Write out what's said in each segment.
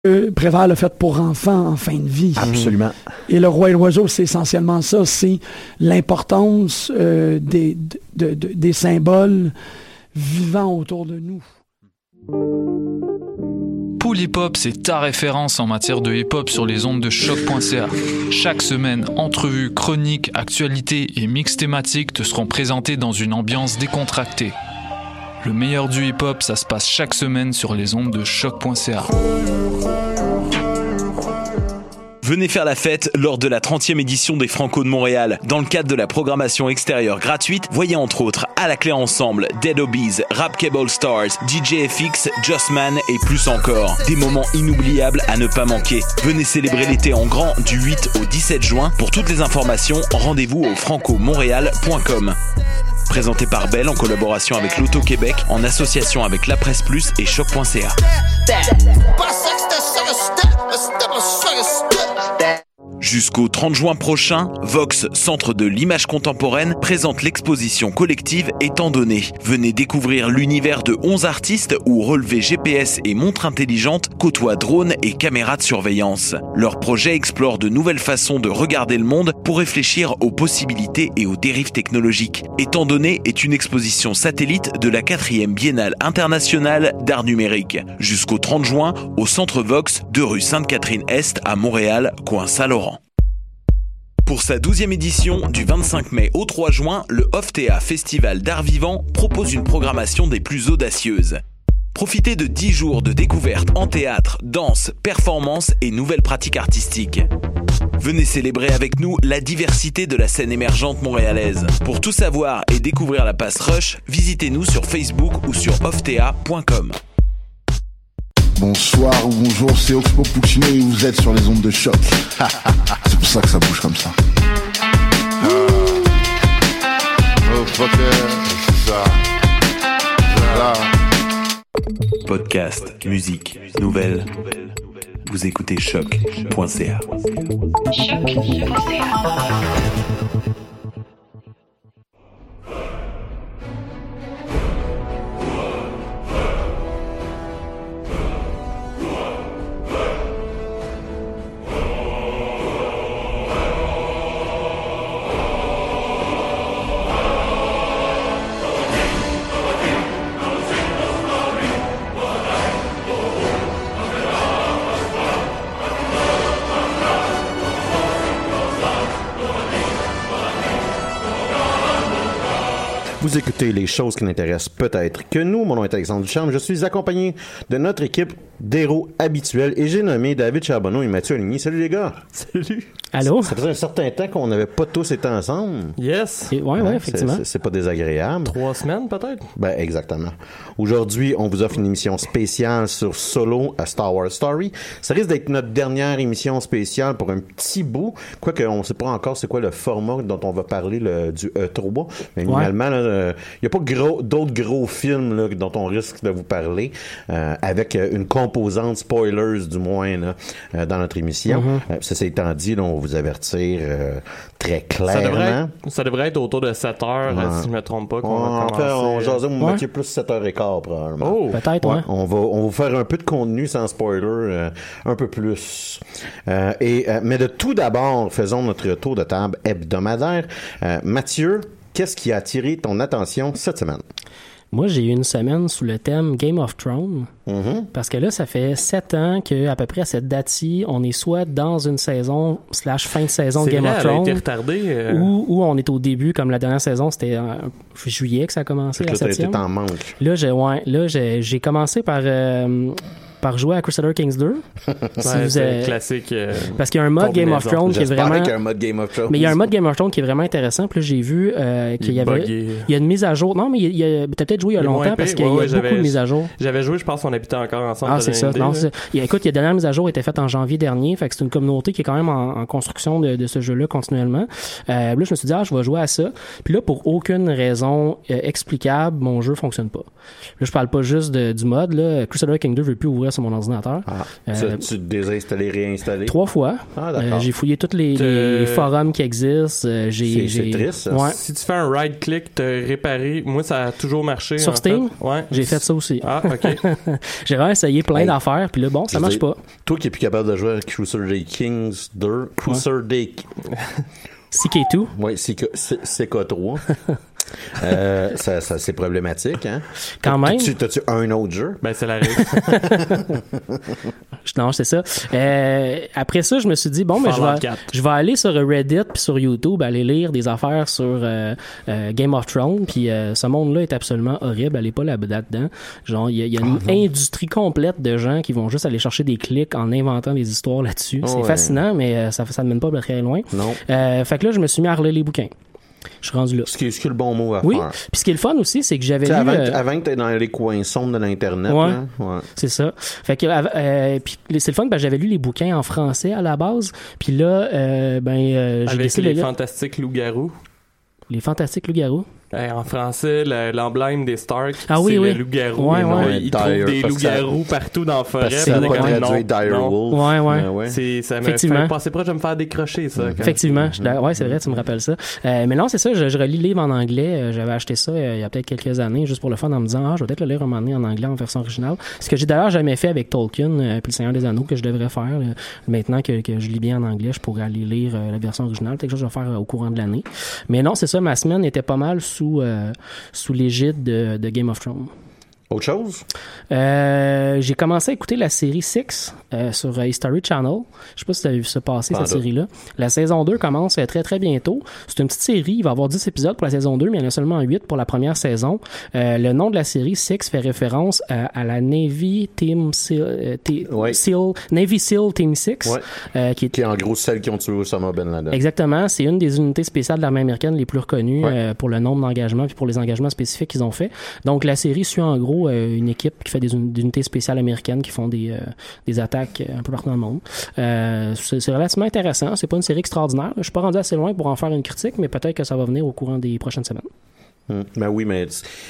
Prévert l'a fait pour enfants en fin de vie. Absolument. Et Le Roi et l'Oiseau, c'est essentiellement ça. C'est l'importance des symboles vivant autour de nous. Pool Hip Hop, c'est ta référence en matière de hip-hop sur les ondes de choc.ca. Chaque semaine, entrevues, chroniques, actualités et mix thématiques te seront présentés dans une ambiance décontractée. Le meilleur du hip-hop, ça se passe chaque semaine sur les ondes de choc.ca. Venez faire la fête lors de la 30e édition des Franco de Montréal. Dans le cadre de la programmation extérieure gratuite, voyez entre autres À la clé ensemble, Dead Obies, Rap Cable Stars, DJ FX, Jossman et plus encore. Des moments inoubliables à ne pas manquer. Venez célébrer l'été en grand du 8 au 17 juin. Pour toutes les informations, rendez-vous au francomontréal.com. Présenté par Bell en collaboration avec l'Auto-Québec, en association avec La Presse Plus et Choc.ca. Jusqu'au 30 juin prochain, Vox, Centre de l'image contemporaine, présente l'exposition collective Étant donné. Venez découvrir l'univers de 11 artistes où relevés GPS et montres intelligentes côtoient drones et caméras de surveillance. Leur projet explore de nouvelles façons de regarder le monde pour réfléchir aux possibilités et aux dérives technologiques. Étant donné est une exposition satellite de la 4e Biennale internationale d'art numérique. Jusqu'au 30 juin, au Centre Vox, 2 rue Sainte-Catherine-Est à Montréal, coin Saint-Laurent. Pour sa 12e édition, du 25 mai au 3 juin, le OFTEA Festival d'art vivant propose une programmation des plus audacieuses. Profitez de 10 jours de découvertes en théâtre, danse, performance et nouvelles pratiques artistiques. Venez célébrer avec nous la diversité de la scène émergente montréalaise. Pour tout savoir et découvrir la passe Rush, visitez-nous sur Facebook ou sur oftea.com. Bonsoir ou bonjour, c'est Oxpo Puccino et vous êtes sur les ondes de choc. C'est pour ça que ça bouge comme ça. Podcast, musique, nouvelles. Vous écoutez choc.ca. Vous écoutez les choses qui n'intéressent peut-être que nous. Mon nom est Alexandre Ducharme. Je suis accompagné de notre équipe d'héros habituels et j'ai nommé David Charbonneau et Mathieu Aligny. Salut les gars! Salut! Allô? Ça faisait un certain temps qu'on n'avait pas tous été ensemble. Yes! Oui, effectivement. C'est pas désagréable. 3 semaines peut-être? Ben, exactement. Aujourd'hui, on vous offre une émission spéciale sur Solo, A Star Wars Story. Ça risque d'être notre dernière émission spéciale pour un petit bout. Quoique, on ne sait pas encore c'est quoi le format dont on va parler du E3. Mais finalement, il n'y a pas d'autres gros films là, dont on risque de vous parler avec une composante spoilers, du moins, là, dans notre émission. Ceci étant dit, là, on va vous avertir très clairement. Ça devrait être autour de 7 heures, si je ne me trompe pas. En fait, on jasait moitié plus 7h15, probablement. Oh, peut-être, ouais. On va vous faire un peu de contenu sans spoiler, un peu plus. Mais de tout d'abord, faisons notre tour de table hebdomadaire. Mathieu, qu'est-ce qui a attiré ton attention cette semaine? Moi, j'ai eu une semaine sous le thème Game of Thrones. Parce que là, ça fait 7 ans qu'à peu près à cette date-ci, on est soit dans une saison / fin de saison de Game of Thrones. Elle a été retardée. Ou on est au début, comme la dernière saison, c'était en juillet que ça a commencé, la 7e. En manque. Là, j'ai commencé par jouer à Crusader Kings 2. C'est classique. Parce qu'il y a un mode Game of Thrones qui est vraiment... qu'il y a un mode Game of Thrones. Mais il y a un mode Game of Thrones qui est vraiment intéressant. Puis là, j'ai vu qu'il y avait... Il y a une mise à jour. Non, mais t'as peut-être joué il y a longtemps parce qu'il y a beaucoup de mises à jour. J'avais joué, je pense qu'on habitait encore ensemble. Ah, c'est ça. Non, écoute, la dernière mise à jour était faite en janvier dernier. Fait que c'est une communauté qui est quand même en construction de ce jeu-là continuellement. Là, je me suis dit, je vais jouer à ça. Puis là, pour aucune raison explicable, mon jeu fonctionne pas. Là, je parle pas juste du mode. Là. Crusader Kings 2 veut plus ouvrir là sur mon ordinateur. Tu désinstallé, réinstallé? 3 fois. J'ai fouillé tous les forums qui existent. C'est triste, ça. Ouais. Si tu fais un right-click, te réparer, moi, ça a toujours marché. Sur Steam? Ouais. J'ai fait ça aussi. Ah, OK. J'ai vraiment essayé plein d'affaires, puis là, bon, ça marche pas. Toi qui es plus capable de jouer à Crusader Kings 2, Crusader... CK2? Oui, CK3. Ça c'est problématique, hein? Quand même. T'as-tu un autre jeu? Ben, c'est la règle. Non, c'est ça. Après ça, je me suis dit, bon, mais je vais aller sur Reddit puis sur YouTube, aller lire des affaires sur Game of Thrones, puis ce monde-là est absolument horrible. Allez pas là-dedans. Genre, il y a une industrie complète de gens qui vont juste aller chercher des clics en inventant des histoires là-dessus. C'est fascinant, mais ça ne mène pas très loin. Non. fait que là, je me suis mis à relire les bouquins. Je suis rendu là. Ce qui est le bon mot à faire. Oui. Puis ce qui est le fun aussi, c'est que j'avais lu... Avant que tu es dans les coins sombres de l'Internet. Ouais. Là. Ouais. C'est ça. Fait que puis c'est le fun parce que j'avais lu les bouquins en français à la base. Puis là, j'ai décidé les Fantastiques Loups-Garous. Les Fantastiques Loups-Garous? En français, l'emblème des Stark, c'est le loup-garou. Ils trouvent des loups-garous partout dans la forêt. Ça n'a pas traduit Dire Wolf. Ça me fait passer proche de me faire décrocher, ça. Effectivement. C'est vrai, tu me rappelles ça. Mais non, c'est ça, je relis le livre en anglais. J'avais acheté ça il y a peut-être quelques années, juste pour le fun, en me disant, je vais peut-être le lire un moment donné en anglais, en version originale. Ce que j'ai d'ailleurs jamais fait avec Tolkien, puis le Seigneur des Anneaux, que je devrais faire. Maintenant que je lis bien en anglais, je pourrais aller lire la version originale. Quelque chose que je vais faire au courant de l'année. Mais non, c'est ça, ma semaine était pas mal sous l'égide de Game of Thrones. Autre chose? J'ai commencé à écouter la série Six sur History Channel. Je sais pas si tu as vu ça passer, cette série-là. La saison 2 commence très très bientôt. C'est une petite série. Il va y avoir 10 épisodes pour la saison 2, mais il y en a seulement 8 pour la première saison. Le nom de la série Six fait référence à la Navy Team Navy SEAL Team 6. Qui est en gros celle qui ont tué Osama Ben Laden. Exactement. C'est une des unités spéciales de l'armée américaine les plus reconnues pour le nombre d'engagements puis pour les engagements spécifiques qu'ils ont fait. Donc la série suit en gros une équipe qui fait des unités spéciales américaines qui font des attaques un peu partout dans le monde. C'est relativement intéressant. C'est pas une série extraordinaire. Je suis pas rendu assez loin pour en faire une critique, mais peut-être que ça va venir au courant des prochaines semaines. Ben oui, mais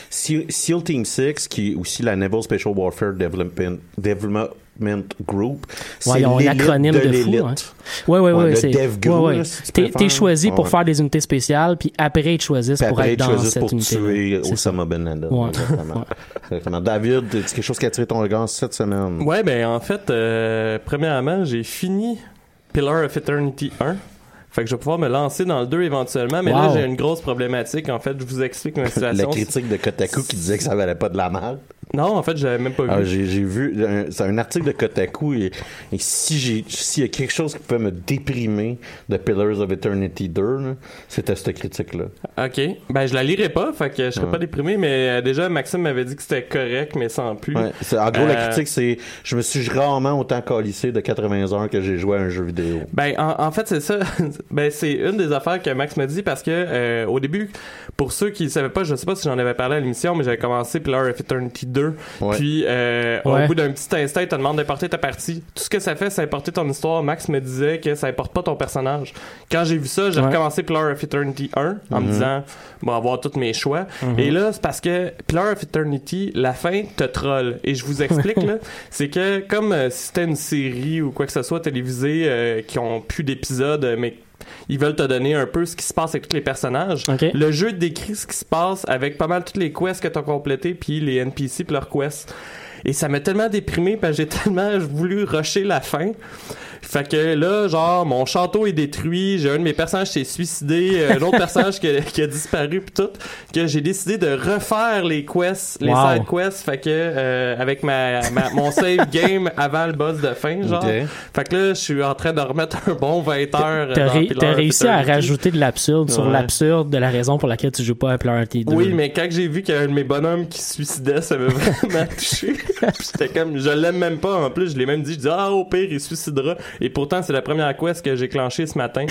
SEAL Team 6, qui est aussi la Naval Special Warfare Development Group, c'est l'acronyme de l'élite. Oui. Le DevGru. T'es choisi pour faire des unités spéciales, puis après ils te choisissent pour être dans cette unité. Pour tuer Osama Ben Laden. Exactement. David, c'est quelque chose qui a attiré ton regard cette semaine? Ouais, ben en fait, premièrement, j'ai fini Pillar of Eternity 1. Fait que je vais pouvoir me lancer dans le 2 éventuellement, mais là j'ai une grosse problématique. En fait, je vous explique ma situation. La critique de Kotaku qui disait que ça valait pas de la merde. Non, en fait, j'avais même pas vu. J'ai vu, c'est un article de Kotaku et s'il y a quelque chose qui peut me déprimer de Pillars of Eternity 2, là, c'était cette critique-là. OK. Ben, je la lirai pas, fait que je serais pas déprimé, mais déjà, Maxime m'avait dit que c'était correct, mais sans plus. Ouais, en gros, la critique, c'est je me suis rarement autant calissé de 80 heures que j'ai joué à un jeu vidéo. Ben, en fait, c'est ça. Ben, c'est une des affaires que Max m'a dit parce que au début, pour ceux qui ne savaient pas, je sais pas si j'en avais parlé à l'émission, mais j'avais commencé Pillar of Eternity 2. Puis au bout d'un petit instant, il te demande d'importer ta partie. Tout ce que ça fait, c'est importer ton histoire. Max me disait que ça importe pas ton personnage. Quand j'ai vu ça, j'ai recommencé Pillar of Eternity 1 en me disant, bon, avoir tous mes choix. Et là, c'est parce que Pillar of Eternity, la fin te troll. Et je vous explique, là, c'est que comme si c'était une série ou quoi que ce soit télévisée qui ont plus d'épisodes, mais ils veulent te donner un peu ce qui se passe avec tous les personnages. Le jeu décrit ce qui se passe avec pas mal toutes les quests que t'as complétées puis les NPC puis leurs quests. Et ça m'a tellement déprimé parce que j'ai tellement voulu rusher la fin. Fait que là, genre, mon château est détruit, j'ai un de mes personnages qui s'est suicidé, un autre personnage qui a disparu pis tout, que j'ai décidé de refaire les quests, les side quests, fait que avec mon save game avant le boss de fin, genre. Fait que là, je suis en train de remettre un bon 20 heures. T'as réussi à rajouter de l'absurde sur l'absurde de la raison pour laquelle tu joues pas à Pillar 2. Oui, mais quand j'ai vu qu'il y a un de mes bonhommes qui se suicidait, ça m'a vraiment touché. J'étais comme, je l'aime même pas en plus, je l'ai même dit, je dis au pire il suicidera. Et pourtant c'est la première quest que j'ai clenchée ce matin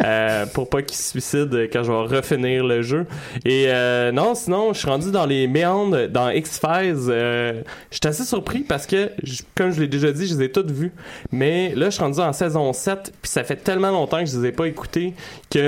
pour pas qu'il se suicide quand je vais refinir le jeu. Et non, sinon je suis rendu dans les méandres dans X-Files. J'étais assez surpris parce que comme je l'ai déjà dit, je les ai toutes vues, mais là je suis rendu en saison 7 puis ça fait tellement longtemps que je les ai pas écoutées que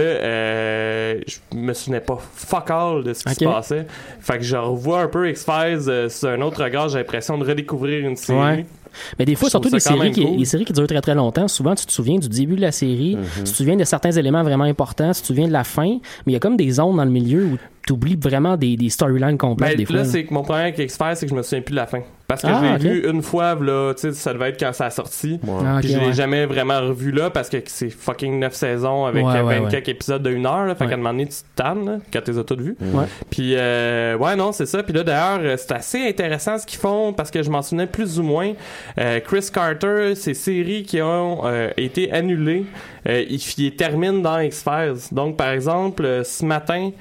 je me souvenais pas fuck all de ce qui se passait. Fait que je revois un peu X-Files sous un autre regard, j'ai l'impression de redécouvrir une série. Mais des fois, surtout les séries qui durent très très longtemps, souvent tu te souviens du début de la série, tu te souviens de certains éléments vraiment importants, tu te souviens de la fin, mais il y a comme des zones dans le milieu où tu oublies vraiment des storylines complètes des fois. Là, c'est que mon problème avec X-Files, c'est que je me souviens plus de la fin. Parce que je l'ai vu une fois, là, tu sais, ça devait être quand ça a sorti. Puis je l'ai jamais vraiment revu là parce que c'est fucking 9 saisons avec 24 épisodes de 1 heure. Là, fait qu'à un moment donné, tu te tannes là, quand tu les as toutes vues. Puis, non, c'est ça. Puis là, d'ailleurs, c'est assez intéressant ce qu'ils font parce que je m'en souvenais plus ou moins. Chris Carter, ces séries qui ont été annulées, il termine dans X-Files. Donc, par exemple, ce matin,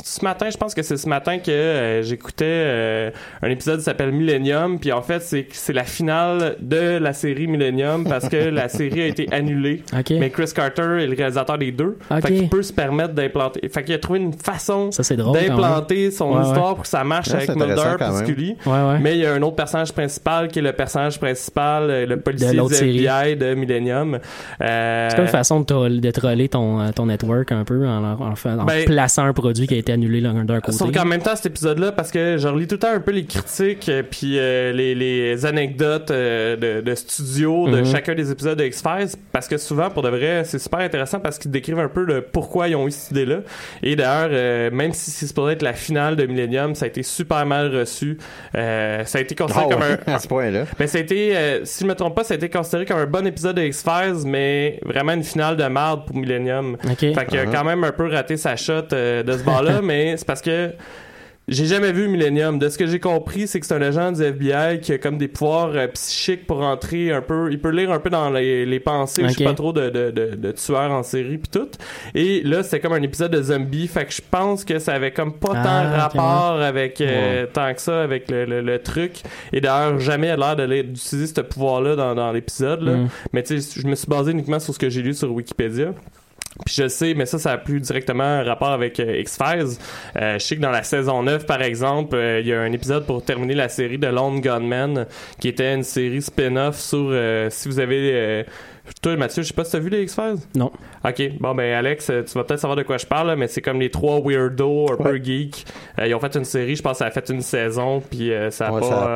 je pense que c'est ce matin que j'écoutais un épisode qui s'appelle Millennium, puis en fait c'est la finale de la série Millennium parce que la série a été annulée. Mais Chris Carter est le réalisateur des deux, fait qu'il peut se permettre d'implanter. Fait qu'il a trouvé une façon d'implanter son histoire pour que ça marche avec Mulder et Scully. Mais il y a un autre personnage principal qui est le personnage principal, le policier du FBI de Millennium. C'est comme une façon de troller ton network un peu en plaçant un produit qui a été annulé d'un côté. Sauf qu'en même temps, cet épisode-là, parce que je relis tout le temps un peu les critiques puis les anecdotes de studio de chacun des épisodes de X-Files, parce que souvent, pour de vrai, c'est super intéressant parce qu'ils décrivent un peu le pourquoi ils ont eu cette idée-là. Et d'ailleurs, même si c'est supposé être la finale de Millennium, ça a été super mal reçu. Ça a été considéré comme à ce point-là. Ben, ça a été, si je me trompe pas, ça a été considéré comme un bon épisode de X-Files, mais vraiment une finale de merde pour Millennium. Fait qu'il a quand même un peu raté sa shot de ce bord-là. Mais c'est parce que j'ai jamais vu Millennium. De ce que j'ai compris, c'est que c'est un agent du FBI qui a comme des pouvoirs psychiques pour entrer un peu. Il peut lire un peu dans les pensées. Je sais pas trop de tueurs en série pis tout. Et là, c'était comme un épisode de zombie. Fait que je pense que ça avait comme pas tant rapport avec tant que ça avec le truc. Et d'ailleurs, jamais à l'air d'utiliser ce pouvoir-là dans l'épisode. Là. Mais tu sais, je me suis basé uniquement sur ce que j'ai lu sur Wikipédia. Puis je sais, mais ça a plus directement un rapport avec X-Files. Je sais que dans la saison 9, par exemple, il y a un épisode pour terminer la série de Lone Gunman, qui était une série spin-off sur, si vous avez... toi, Mathieu, je sais pas si t'as vu les X-Files? Non. OK. Bon, ben Alex, tu vas peut-être savoir de quoi je parle, là, mais c'est comme les 3 weirdos un peu geeks. Ils ont fait une série, je pense que ça a fait une saison, puis ça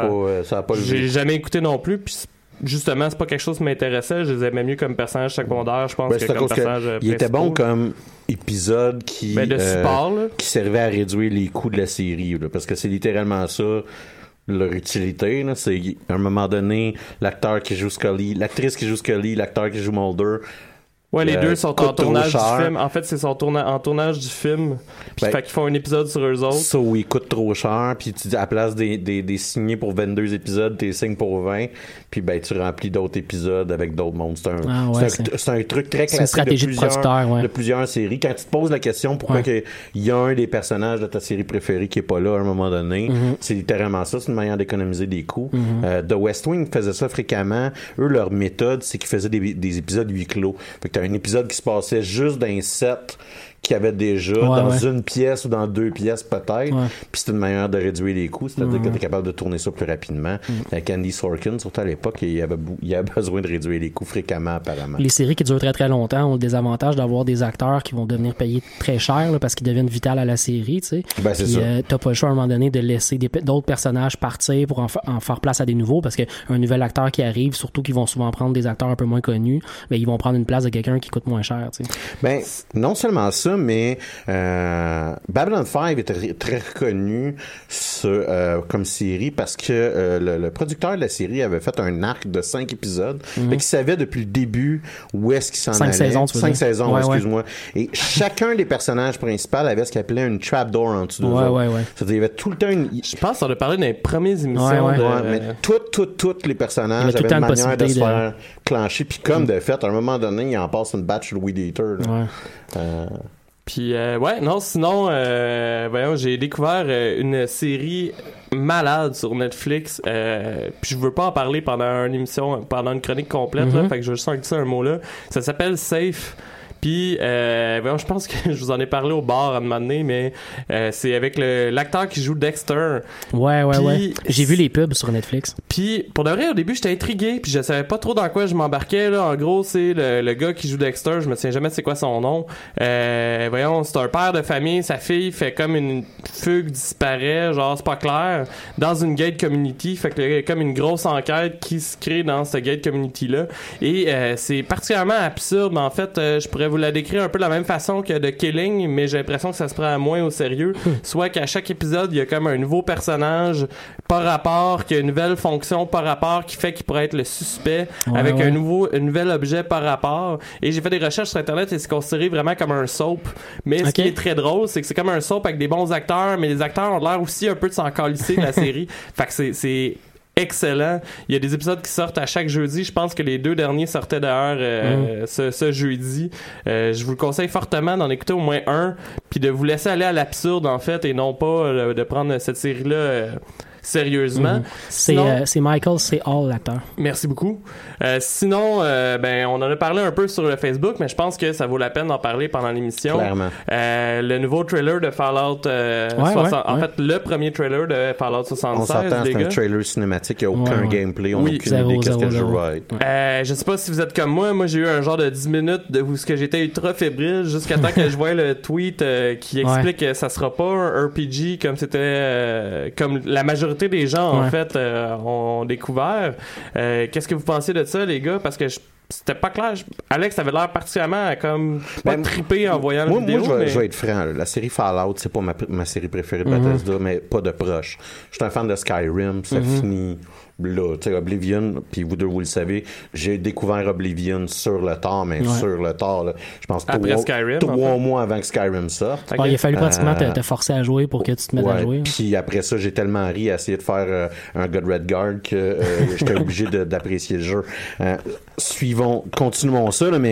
a pas j'ai jamais écouté non plus, puis justement, c'est pas quelque chose qui m'intéressait. Je les aimais mieux comme personnage secondaire, je pense, que comme personnage principal. Il était bon comme épisode qui de support, qui servait à réduire les coûts de la série, là, parce que c'est littéralement ça leur utilité, là. C'est à un moment donné l'actrice qui joue Scully, l'acteur qui joue Mulder. Ouais, les deux sont en tournage du film. En fait, c'est en tournage du film. Puis fait qu'ils font un épisode sur eux autres. Ça, où ils coûtent trop cher. Puis tu dis, à la place des signés pour 22 épisodes, t'es signes pour 20. Puis ben, tu remplis d'autres épisodes avec d'autres mondes. C'est un truc très classique. C'est une stratégie de producteur, de plusieurs séries. Quand tu te poses la question pourquoi il y a un des personnages de ta série préférée qui est pas là à un moment donné, c'est littéralement ça. C'est une manière d'économiser des coûts. The West Wing faisait ça fréquemment. Eux, leur méthode, c'est qu'ils faisaient des épisodes huis clos. Fait que un épisode qui se passait juste d'un set qu'il y avait déjà dans une pièce ou dans 2 pièces peut-être, puis c'est une manière de réduire les coûts, c'est-à-dire que tu es capable de tourner ça plus rapidement. Avec Andy Sorkin, surtout à l'époque, il y avait besoin de réduire les coûts fréquemment apparemment. Les séries qui durent très très longtemps ont le désavantage d'avoir des acteurs qui vont devenir payés très cher là, parce qu'ils deviennent vitaux à la série, tu sais. Ben, c'est ça. T'as pas le choix à un moment donné de laisser d'autres personnages partir pour en faire place à des nouveaux, parce qu'un nouvel acteur qui arrive, surtout qu'ils vont souvent prendre des acteurs un peu moins connus, mais ils vont prendre une place de quelqu'un qui coûte moins cher, tu sais. Ben, non seulement ça, mais Babylon 5 était très reconnu comme série parce que le producteur de la série avait fait un arc de 5 épisodes, mais qu'il savait depuis le début où est-ce qu'il s'en allait. 5 saisons, excuse-moi. Et chacun des personnages principaux avait ce qu'il appelait une trapdoor en dessous de eux. C'est-à-dire, il y avait tout le temps Je pense qu'on a parlé dans les premières émissions. Mais tous les personnages avaient une manière de se faire clencher. Puis comme de fait, à un moment donné, il en passe une batch de Weed Eater. Puis sinon voyons, j'ai découvert une série malade sur Netflix, puis je veux pas en parler pendant une chronique complète là, fait que je vais juste en glisser un mot là. Ça s'appelle Safe. Puis, je pense que je vous en ai parlé au bar à un moment donné, mais c'est avec l'acteur qui joue Dexter. Ouais. J'ai vu les pubs sur Netflix. Puis, pour de vrai, au début, j'étais intrigué, puis je savais pas trop dans quoi je m'embarquais. Là. En gros, c'est le gars qui joue Dexter, je me souviens jamais c'est quoi son nom. C'est un père de famille, sa fille fait comme une fugue, disparaît, genre c'est pas clair, dans une gate community. Fait que il y a comme une grosse enquête qui se crée dans cette gate community-là. Et c'est particulièrement absurde. En fait, je pourrais vous la décrire un peu de la même façon que The Killing, mais j'ai l'impression que ça se prend moins au sérieux. Soit qu'à chaque épisode, il y a comme un nouveau personnage par rapport, qui a une nouvelle fonction par rapport, qui fait qu'il pourrait être le suspect, avec un nouvel objet par rapport. Et j'ai fait des recherches sur Internet et c'est considéré vraiment comme un soap. Mais ce qui est très drôle, c'est que c'est comme un soap avec des bons acteurs, mais les acteurs ont l'air aussi un peu de s'en calisser de la série. Fait que c'est excellent. Il y a des épisodes qui sortent à chaque jeudi. Je pense que les 2 derniers sortaient d'ailleurs ce jeudi. Je vous le conseille fortement d'en écouter au moins un, puis de vous laisser aller à l'absurde en fait, et non pas de prendre cette série-là sérieusement. C'est Michael C. Hall, l'acteur. Merci beaucoup. Sinon, on en a parlé un peu sur le Facebook, mais je pense que ça vaut la peine d'en parler pendant l'émission. Clairement. Le nouveau trailer de Fallout 60... En fait, le premier trailer de Fallout 76. On s'entend, c'est un trailer cinématique, il n'y a aucun gameplay, on n'a aucune idée qu'est-ce que je vois. Je sais pas si vous êtes comme moi. Moi, j'ai eu un genre de 10 minutes où j'étais ultra fébrile jusqu'à temps que je voie le tweet qui explique que ça sera pas un RPG comme c'était... comme la majorité des gens, en fait, ont découvert. Qu'est-ce que vous pensez de ça, les gars? Parce que c'était pas clair. Alex avait l'air particulièrement comme pas trippé en voyant la vidéo. Moi, je vais être franc. La série Fallout, c'est pas ma série préférée de Bethesda, mais pas de proche. Je suis un fan de Skyrim, ça finit là. Tu sais, Oblivion, puis vous deux, vous le savez, j'ai découvert Oblivion sur le tard, mais sur le tard, là, je pense après Skyrim, 3 mois avant que Skyrim sorte. Il a fallu pratiquement te forcer à jouer pour que tu te mettes à jouer. Puis après ça, j'ai tellement ri à essayer de faire un God Redguard que j'étais obligé d'apprécier le jeu. Continuons ça, là, mais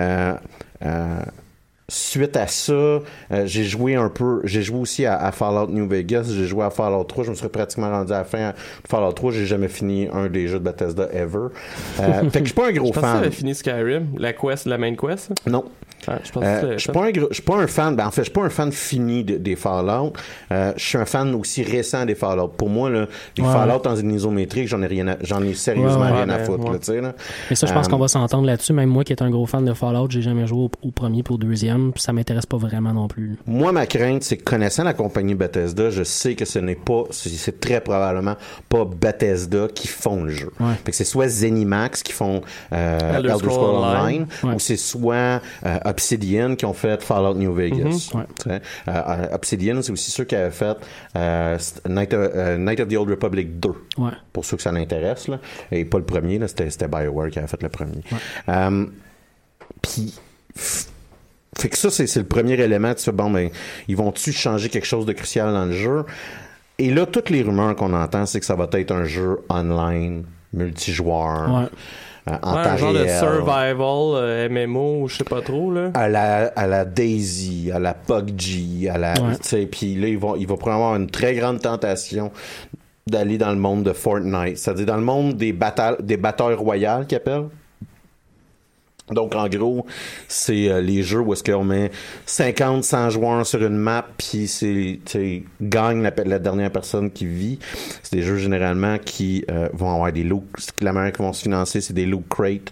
suite à ça, j'ai joué aussi à Fallout New Vegas, j'ai joué à Fallout 3, je me suis pratiquement rendu à la fin de Fallout 3, j'ai jamais fini un des jeux de Bethesda ever. Fait que je suis pas un gros fan. Je pense que tu avais fini Skyrim, la main quest. Non. Je suis pas un fan. En fait, je suis pas un fan fini des Fallout. Je suis un fan aussi récent des Fallout. Pour moi, là, les Fallout dans une isométrique, j'en ai sérieusement rien à foutre. Là, t'sais, là. Mais ça, je pense qu'on va s'entendre là-dessus. Même moi, qui est un gros fan de Fallout, j'ai jamais joué au premier pour au deuxième. Ça m'intéresse pas vraiment non plus. Moi, ma crainte, c'est que connaissant la compagnie Bethesda, je sais que c'est très probablement pas Bethesda qui font le jeu. Fait que c'est soit ZeniMax qui font Elder Scrolls Online, ou c'est soit Obsidian qui ont fait Fallout New Vegas. Obsidian, c'est aussi ceux qui avaient fait Night of the Old Republic 2. Pour ceux que ça l'intéresse. Là. Et pas le premier, là, c'était BioWare qui avait fait le premier. Puis... Fait que ça, c'est le premier élément. Tu fais, ils vont-tu changer quelque chose de crucial dans le jeu? Et là, toutes les rumeurs qu'on entend, c'est que ça va être un jeu online, multijoueur. Un genre de survival MMO, je sais pas trop là. À la DayZ, à la PUBG, puis là il va probablement avoir une très grande tentation d'aller dans le monde de Fortnite, c'est-à-dire dans le monde des batailles royales qu'ils appellent. Donc, en gros, c'est les jeux où est-ce qu'on met 50, 100 joueurs sur une map, puis gagne la dernière personne qui vit. C'est des jeux, généralement, qui vont avoir des loot. La manière qu'ils vont se financer, c'est des loot crates.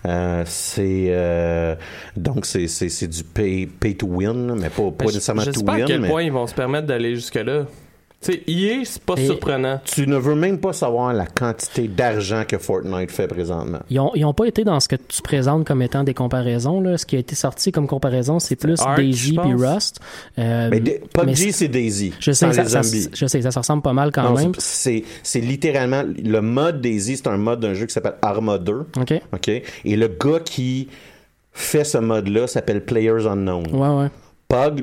Donc, c'est du pay to win, mais pas nécessairement to win. Je sais pas à quel point ils vont se permettre d'aller jusque-là. Tu sais, EA, c'est pas surprenant. Tu ne veux même pas savoir la quantité d'argent que Fortnite fait présentement. Ils ont pas été dans ce que tu présentes comme étant des comparaisons. Là. Ce qui a été sorti comme comparaison, c'est plus DayZ puis Rust. PUBG, c'est DayZ. Je sais, ça se ressemble pas mal quand même. C'est littéralement... Le mode DayZ, c'est un mode d'un jeu qui s'appelle Arma 2. OK. Et le gars qui fait ce mode-là s'appelle Players Unknown. Ouais. PUBG,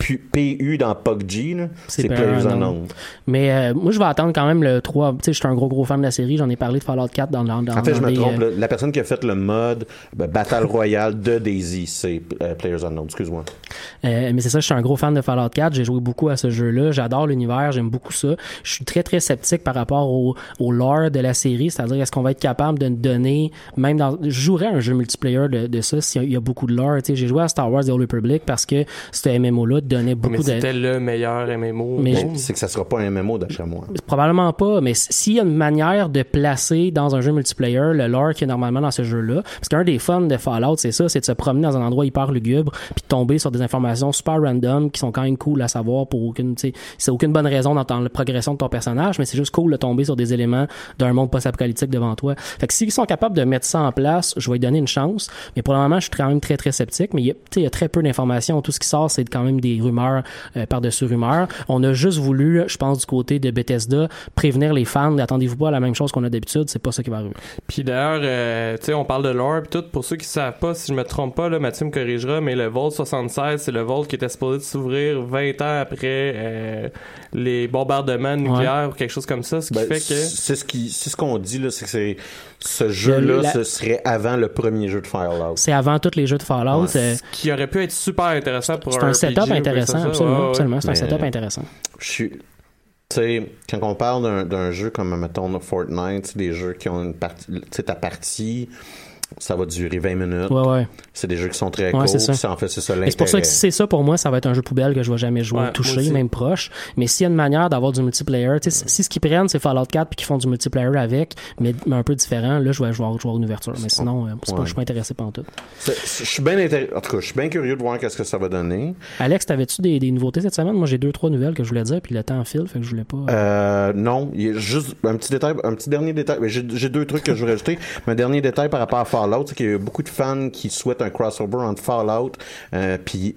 PU dans PUBG, là, c'est PlayerUnknown. Mais moi, je vais attendre quand même le 3. Tu sais, je suis un gros fan de la série. J'en ai parlé de Fallout 4 dans en fait, je me trompe. La personne qui a fait le mode Battle Royale de DayZ, c'est PlayerUnknown. Excuse-moi. Mais c'est ça, je suis un gros fan de Fallout 4. J'ai joué beaucoup à ce jeu-là. J'adore l'univers. J'aime beaucoup ça. Je suis très, très sceptique par rapport au lore de la série. C'est-à-dire, est-ce qu'on va être capable de donner, même dans... Je jouerais un jeu multiplayer de ça s'il y a beaucoup de lore. Tu sais, j'ai joué à Star Wars The Old Republic parce que ce MMO-là donnait beaucoup de... Mais c'était le meilleur MMO. Mais c'est que ça sera pas un MMO d'après moi. Probablement pas, mais s'il y a une manière de placer dans un jeu multiplayer le lore qu'il y a normalement dans ce jeu-là, parce qu'un des fun de Fallout, c'est ça, c'est de se promener dans un endroit hyper lugubre puis de tomber sur des informations super random qui sont quand même cool à savoir pour aucune, tu sais, c'est aucune bonne raison dans la progression de ton personnage, mais c'est juste cool de tomber sur des éléments d'un monde post-apocalyptique devant toi. Fait que s'ils sont capables de mettre ça en place, je vais lui donner une chance, mais pour le moment, je suis quand même très très sceptique, mais il y a très peu d'informations. Tout ce qui sort, c'est quand même des rumeurs par-dessus rumeurs. On a juste voulu, je pense, du côté de Bethesda, prévenir les fans, attendez-vous pas à la même chose qu'on a d'habitude, c'est pas ça qui va arriver. Puis d'ailleurs, tu sais, on parle de lore pis tout, pour ceux qui savent pas, si je me trompe pas, là, Mathieu me corrigera, mais le Vault 76, c'est le Vault qui était supposé s'ouvrir 20 ans après les bombardements nucléaires ou quelque chose comme ça, ce qui fait que... C'est ce qu'on dit, là, c'est que ce jeu-là, ce serait avant le premier jeu de Fallout. C'est avant tous les jeux de Fallout. Ce qui aurait pu être super intéressant pour c'est un setup intéressant, absolument. C'est un setup intéressant. Tu sais, quand on parle d'un jeu comme, mettons, Fortnite, c'est des jeux qui ont une partie, tu sais, ta partie, ça va durer 20 minutes. Ouais. C'est des jeux qui sont très courts. C'est ça l'intérêt. C'est pour ça que si c'est ça, pour moi, ça va être un jeu poubelle que je vais jamais jouer, toucher, même proche. Mais s'il y a une manière d'avoir du multiplayer, si ce qu'ils prennent, c'est Fallout 4 puis qu'ils font du multiplayer avec, mais un peu différent, là, je vais avoir une ouverture. Mais sinon, je suis pas intéressé par tout. Je suis bien en tout cas, je suis bien curieux de voir qu'est-ce que ça va donner. Alex, t'avais-tu des nouveautés cette semaine? Moi, j'ai 2-3 nouvelles que je voulais dire, puis le temps file, fait que je voulais pas... non, il y a juste un petit dernier détail. J'ai 2 trucs que je veux rajouter. Un dernier détail par rapport à Fallout, c'est qu'il y a beaucoup de fans qui souhaitent un crossover entre Fallout puis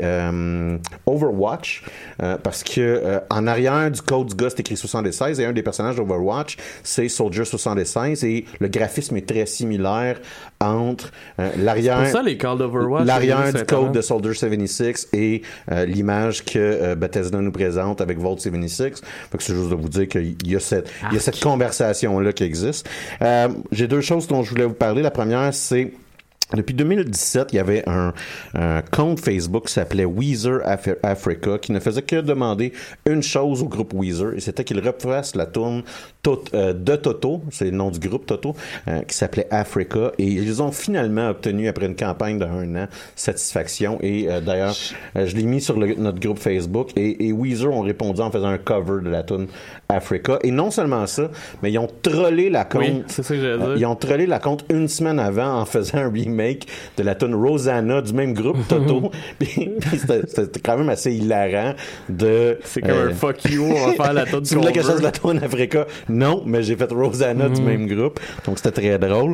Overwatch parce que en arrière du code du gars c'est écrit 76 et un des personnages d'Overwatch c'est Soldier 76 et le graphisme est très similaire entre l'arrière c'est pour ça les calls d'Overwatch l'arrière du code de Soldier 76 et l'image que Bethesda nous présente avec Vault 76. Fait que c'est juste de vous dire qu'il y a cette conversation là qui existe. J'ai 2 choses dont je voulais vous parler. La première, c'est depuis 2017, il y avait un compte Facebook qui s'appelait Weezer Africa qui ne faisait que demander une chose au groupe Weezer et c'était qu'il refasse la tourne de Toto, c'est le nom du groupe Toto, qui s'appelait Africa et ils ont finalement obtenu après une campagne d'1 an satisfaction et d'ailleurs je l'ai mis sur notre groupe Facebook et Weezer ont répondu en faisant un cover de la tourne Africa et non seulement ça, mais ils ont trollé la compte. Oui, c'est ça que j'allais dire. Ils ont trollé la compte une semaine avant en faisant un remake de la tune Rosanna du même groupe Toto. Puis c'était quand même assez hilarant de... C'est comme un fuck you, on va faire la tune tu voulais quelque chose de la tune Africa? Non, mais j'ai fait Rosanna du même groupe. Donc c'était très drôle.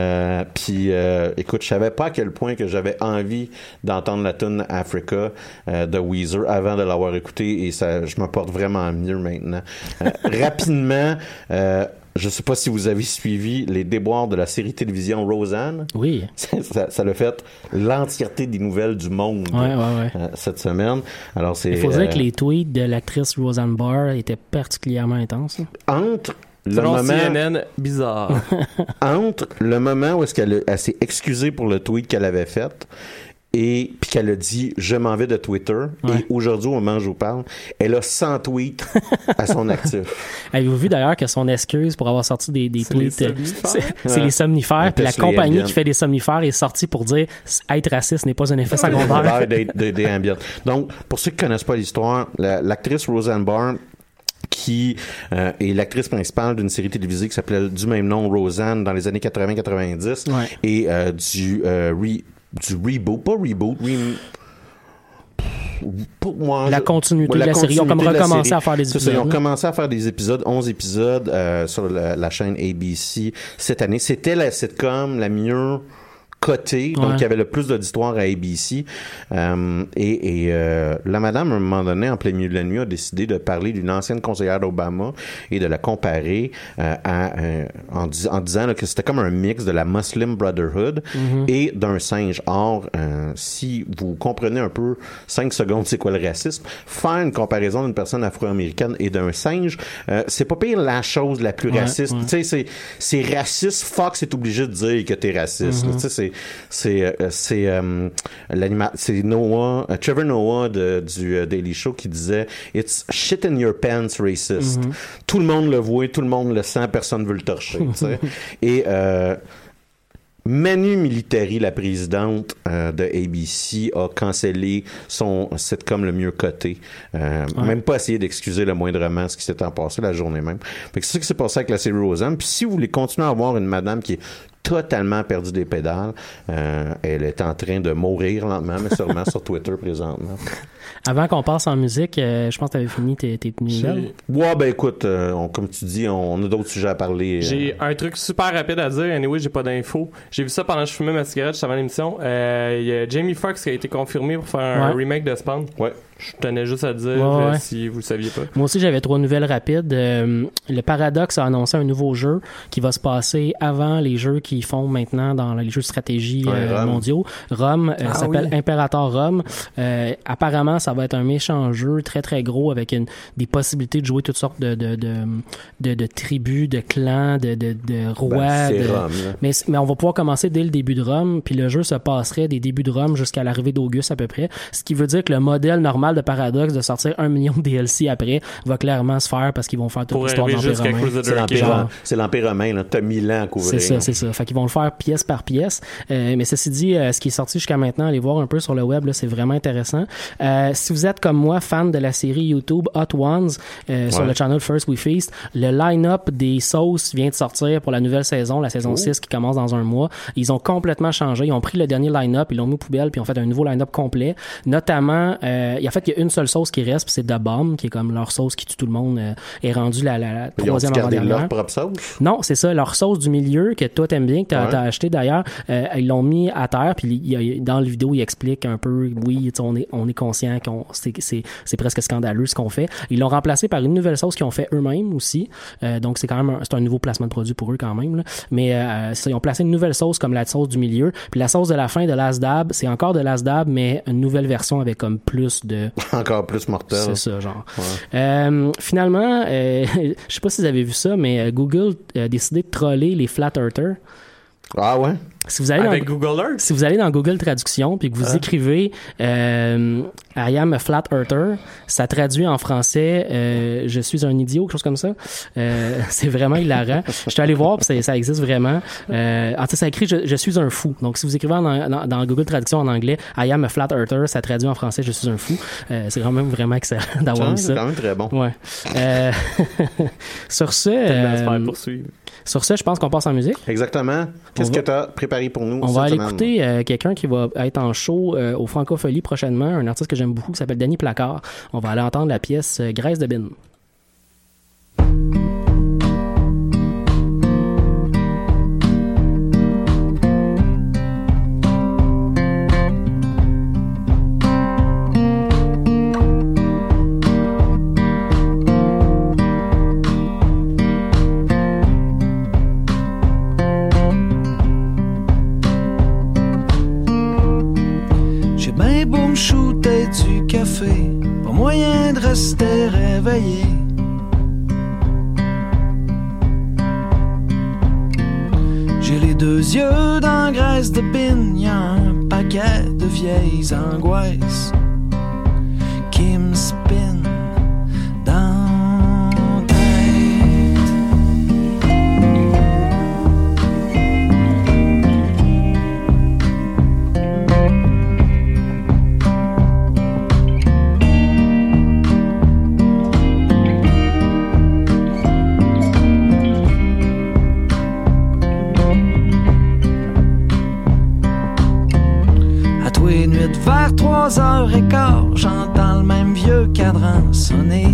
Puis écoute, je savais pas à quel point que j'avais envie d'entendre la tune Africa de Weezer avant de l'avoir écouté et ça, je me porte vraiment mieux maintenant. Rapidement... je sais pas si vous avez suivi les déboires de la série télévision Roseanne. Oui. Ça l'a fait l'entièreté des nouvelles du monde cette semaine. Alors il faut dire que les tweets de l'actrice Roseanne Barr étaient particulièrement intenses. Entre le moment CNN bizarre. Entre le moment où est-ce qu'elle s'est excusée pour le tweet qu'elle avait fait et puis qu'elle a dit « Je m'en vais de Twitter » et aujourd'hui, au moment où je vous parle, elle a 100 tweets à son actif. Avez-vous vu d'ailleurs que son excuse pour avoir sorti des tweets... C'est les somnifères. Puis la compagnie qui fait des somnifères est sortie pour dire « Être raciste n'est pas un effet secondaire. » des ambiants. Donc, pour ceux qui ne connaissent pas l'histoire, l'actrice Roseanne Barr qui est l'actrice principale d'une série télévisée qui s'appelait du même nom Roseanne dans les années 80-90 et du reboot, pas reboot, pour moi, la continuité de la série. Ils ont comme recommencé à faire des épisodes. Ils ont commencé à faire des épisodes, 11 épisodes sur la chaîne ABC cette année. C'était la sitcom la mieux coté, donc qui avait le plus d'auditoire à ABC. Et la madame, à un moment donné, en plein milieu de la nuit, a décidé de parler d'une ancienne conseillère d'Obama et de la comparer en disant là, que c'était comme un mix de la Muslim Brotherhood et d'un singe. Or, si vous comprenez un peu 5 secondes c'est quoi le racisme, faire une comparaison d'une personne afro-américaine et d'un singe, c'est pas pire la chose la plus raciste. Tu sais, c'est raciste, Fox est obligé de dire que t'es raciste. Tu sais, c'est Trevor Noah du Daily Show qui disait It's shit in your pants racist. Tout le monde le voit, tout le monde le sent, personne veut le torcher. Et Manu Militari, la présidente de ABC, a cancellé son sitcom le mieux coté. Même pas essayé d'excuser le moindrement ce qui s'était passé la journée même. Fait que c'est ça qui s'est passé avec la série Roseanne. Puis si vous voulez continuer à avoir une madame qui est totalement perdu des pédales. Elle est en train de mourir lentement, mais sûrement sur Twitter présentement. Avant qu'on passe en musique, je pense que tu avais fini tes nouvelles. Ouais, ben écoute, comme tu dis, on a d'autres sujets à parler. J'ai un truc super rapide à dire. Anyway, j'ai pas d'infos. J'ai vu ça pendant que je fumais ma cigarette juste avant l'émission. Il y a Jamie Foxx qui a été confirmé pour faire un remake de Spawn. Ouais. Je tenais juste à dire si vous le saviez pas. Moi aussi, j'avais 3 nouvelles rapides. Le Paradox a annoncé un nouveau jeu qui va se passer avant les jeux qu'ils font maintenant dans les jeux de stratégie mondiaux. Rome s'appelle Imperator Rome. Apparemment, ça va être un méchant jeu très très gros avec des possibilités de jouer toutes sortes de tribus, de clans, de rois. Rome, mais on va pouvoir commencer dès le début de Rome, puis le jeu se passerait des débuts de Rome jusqu'à l'arrivée d'Auguste à peu près. Ce qui veut dire que le modèle normal de Paradox de sortir 1 million de DLC après va clairement se faire parce qu'ils vont faire toute l'histoire de l'Empire romain. C'est l'Empire romain, là. T'as 1000 ans à couvrir. C'est ça. Fait qu'ils vont le faire pièce par pièce. Mais ceci dit, ce qui est sorti jusqu'à maintenant, allez voir un peu sur le web, là, c'est vraiment intéressant. Si vous êtes comme moi fan de la série YouTube Hot Ones sur le channel First We Feast, le line-up des sauces vient de sortir pour la nouvelle saison, la saison 6 qui commence dans un mois. Ils ont complètement changé. Ils ont pris le dernier line-up, ils l'ont mis aux poubelles, puis ils ont fait un nouveau line-up complet. Notamment, il y a une seule sauce qui reste, puis c'est The Bomb, qui est comme leur sauce qui tue tout le monde, est rendue la troisième avant-dernière. Ils ont leur propre sauce? Non, c'est ça, leur sauce du milieu, que toi t'aimes bien, que t'as acheté d'ailleurs, ils l'ont mis à terre, puis dans la vidéo, ils expliquent un peu, on est conscient que c'est presque scandaleux ce qu'on fait. Ils l'ont remplacé par une nouvelle sauce qu'ils ont fait eux-mêmes aussi, donc c'est quand même un nouveau placement de produit pour eux quand même, là. Mais ils ont placé une nouvelle sauce comme la sauce du milieu, puis la sauce de la fin de Last Dab, c'est encore de Last Dab, mais une nouvelle version avec comme plus de... Encore plus mortel. C'est ça, genre. Ouais. Finalement, je sais pas si vous avez vu ça, mais Google a décidé de troller les Flat Earthers. Ah ouais? Si vous allez Google Earth? Si vous allez dans Google Traduction puis que vous écrivez I am a flat earther, ça traduit en français je suis un idiot, quelque chose comme ça. C'est vraiment hilarant. Je suis allé voir puis ça existe vraiment. En fait, ça écrit je suis un fou. Donc si vous écrivez dans Google Traduction en anglais I am a flat earther, ça traduit en français je suis un fou. C'est quand même vraiment excellent d'avoir vu ça. C'est quand même très bon. Ouais. Sur ce, je pense qu'on passe en musique. Exactement. Qu'est-ce que tu as préparé pour nous? On va aller écouter quelqu'un qui va être en show au Francophonie prochainement, un artiste que j'aime beaucoup qui s'appelle Danny Placard. On va aller entendre la pièce Graisse de Bine. Pas moyen de rester réveillé. J'ai les 2 yeux dans graisse de bine, y'a un paquet de vieilles angoisses qui me spinent dans la tête. Vers 3h15, j'entends le même vieux cadran sonner.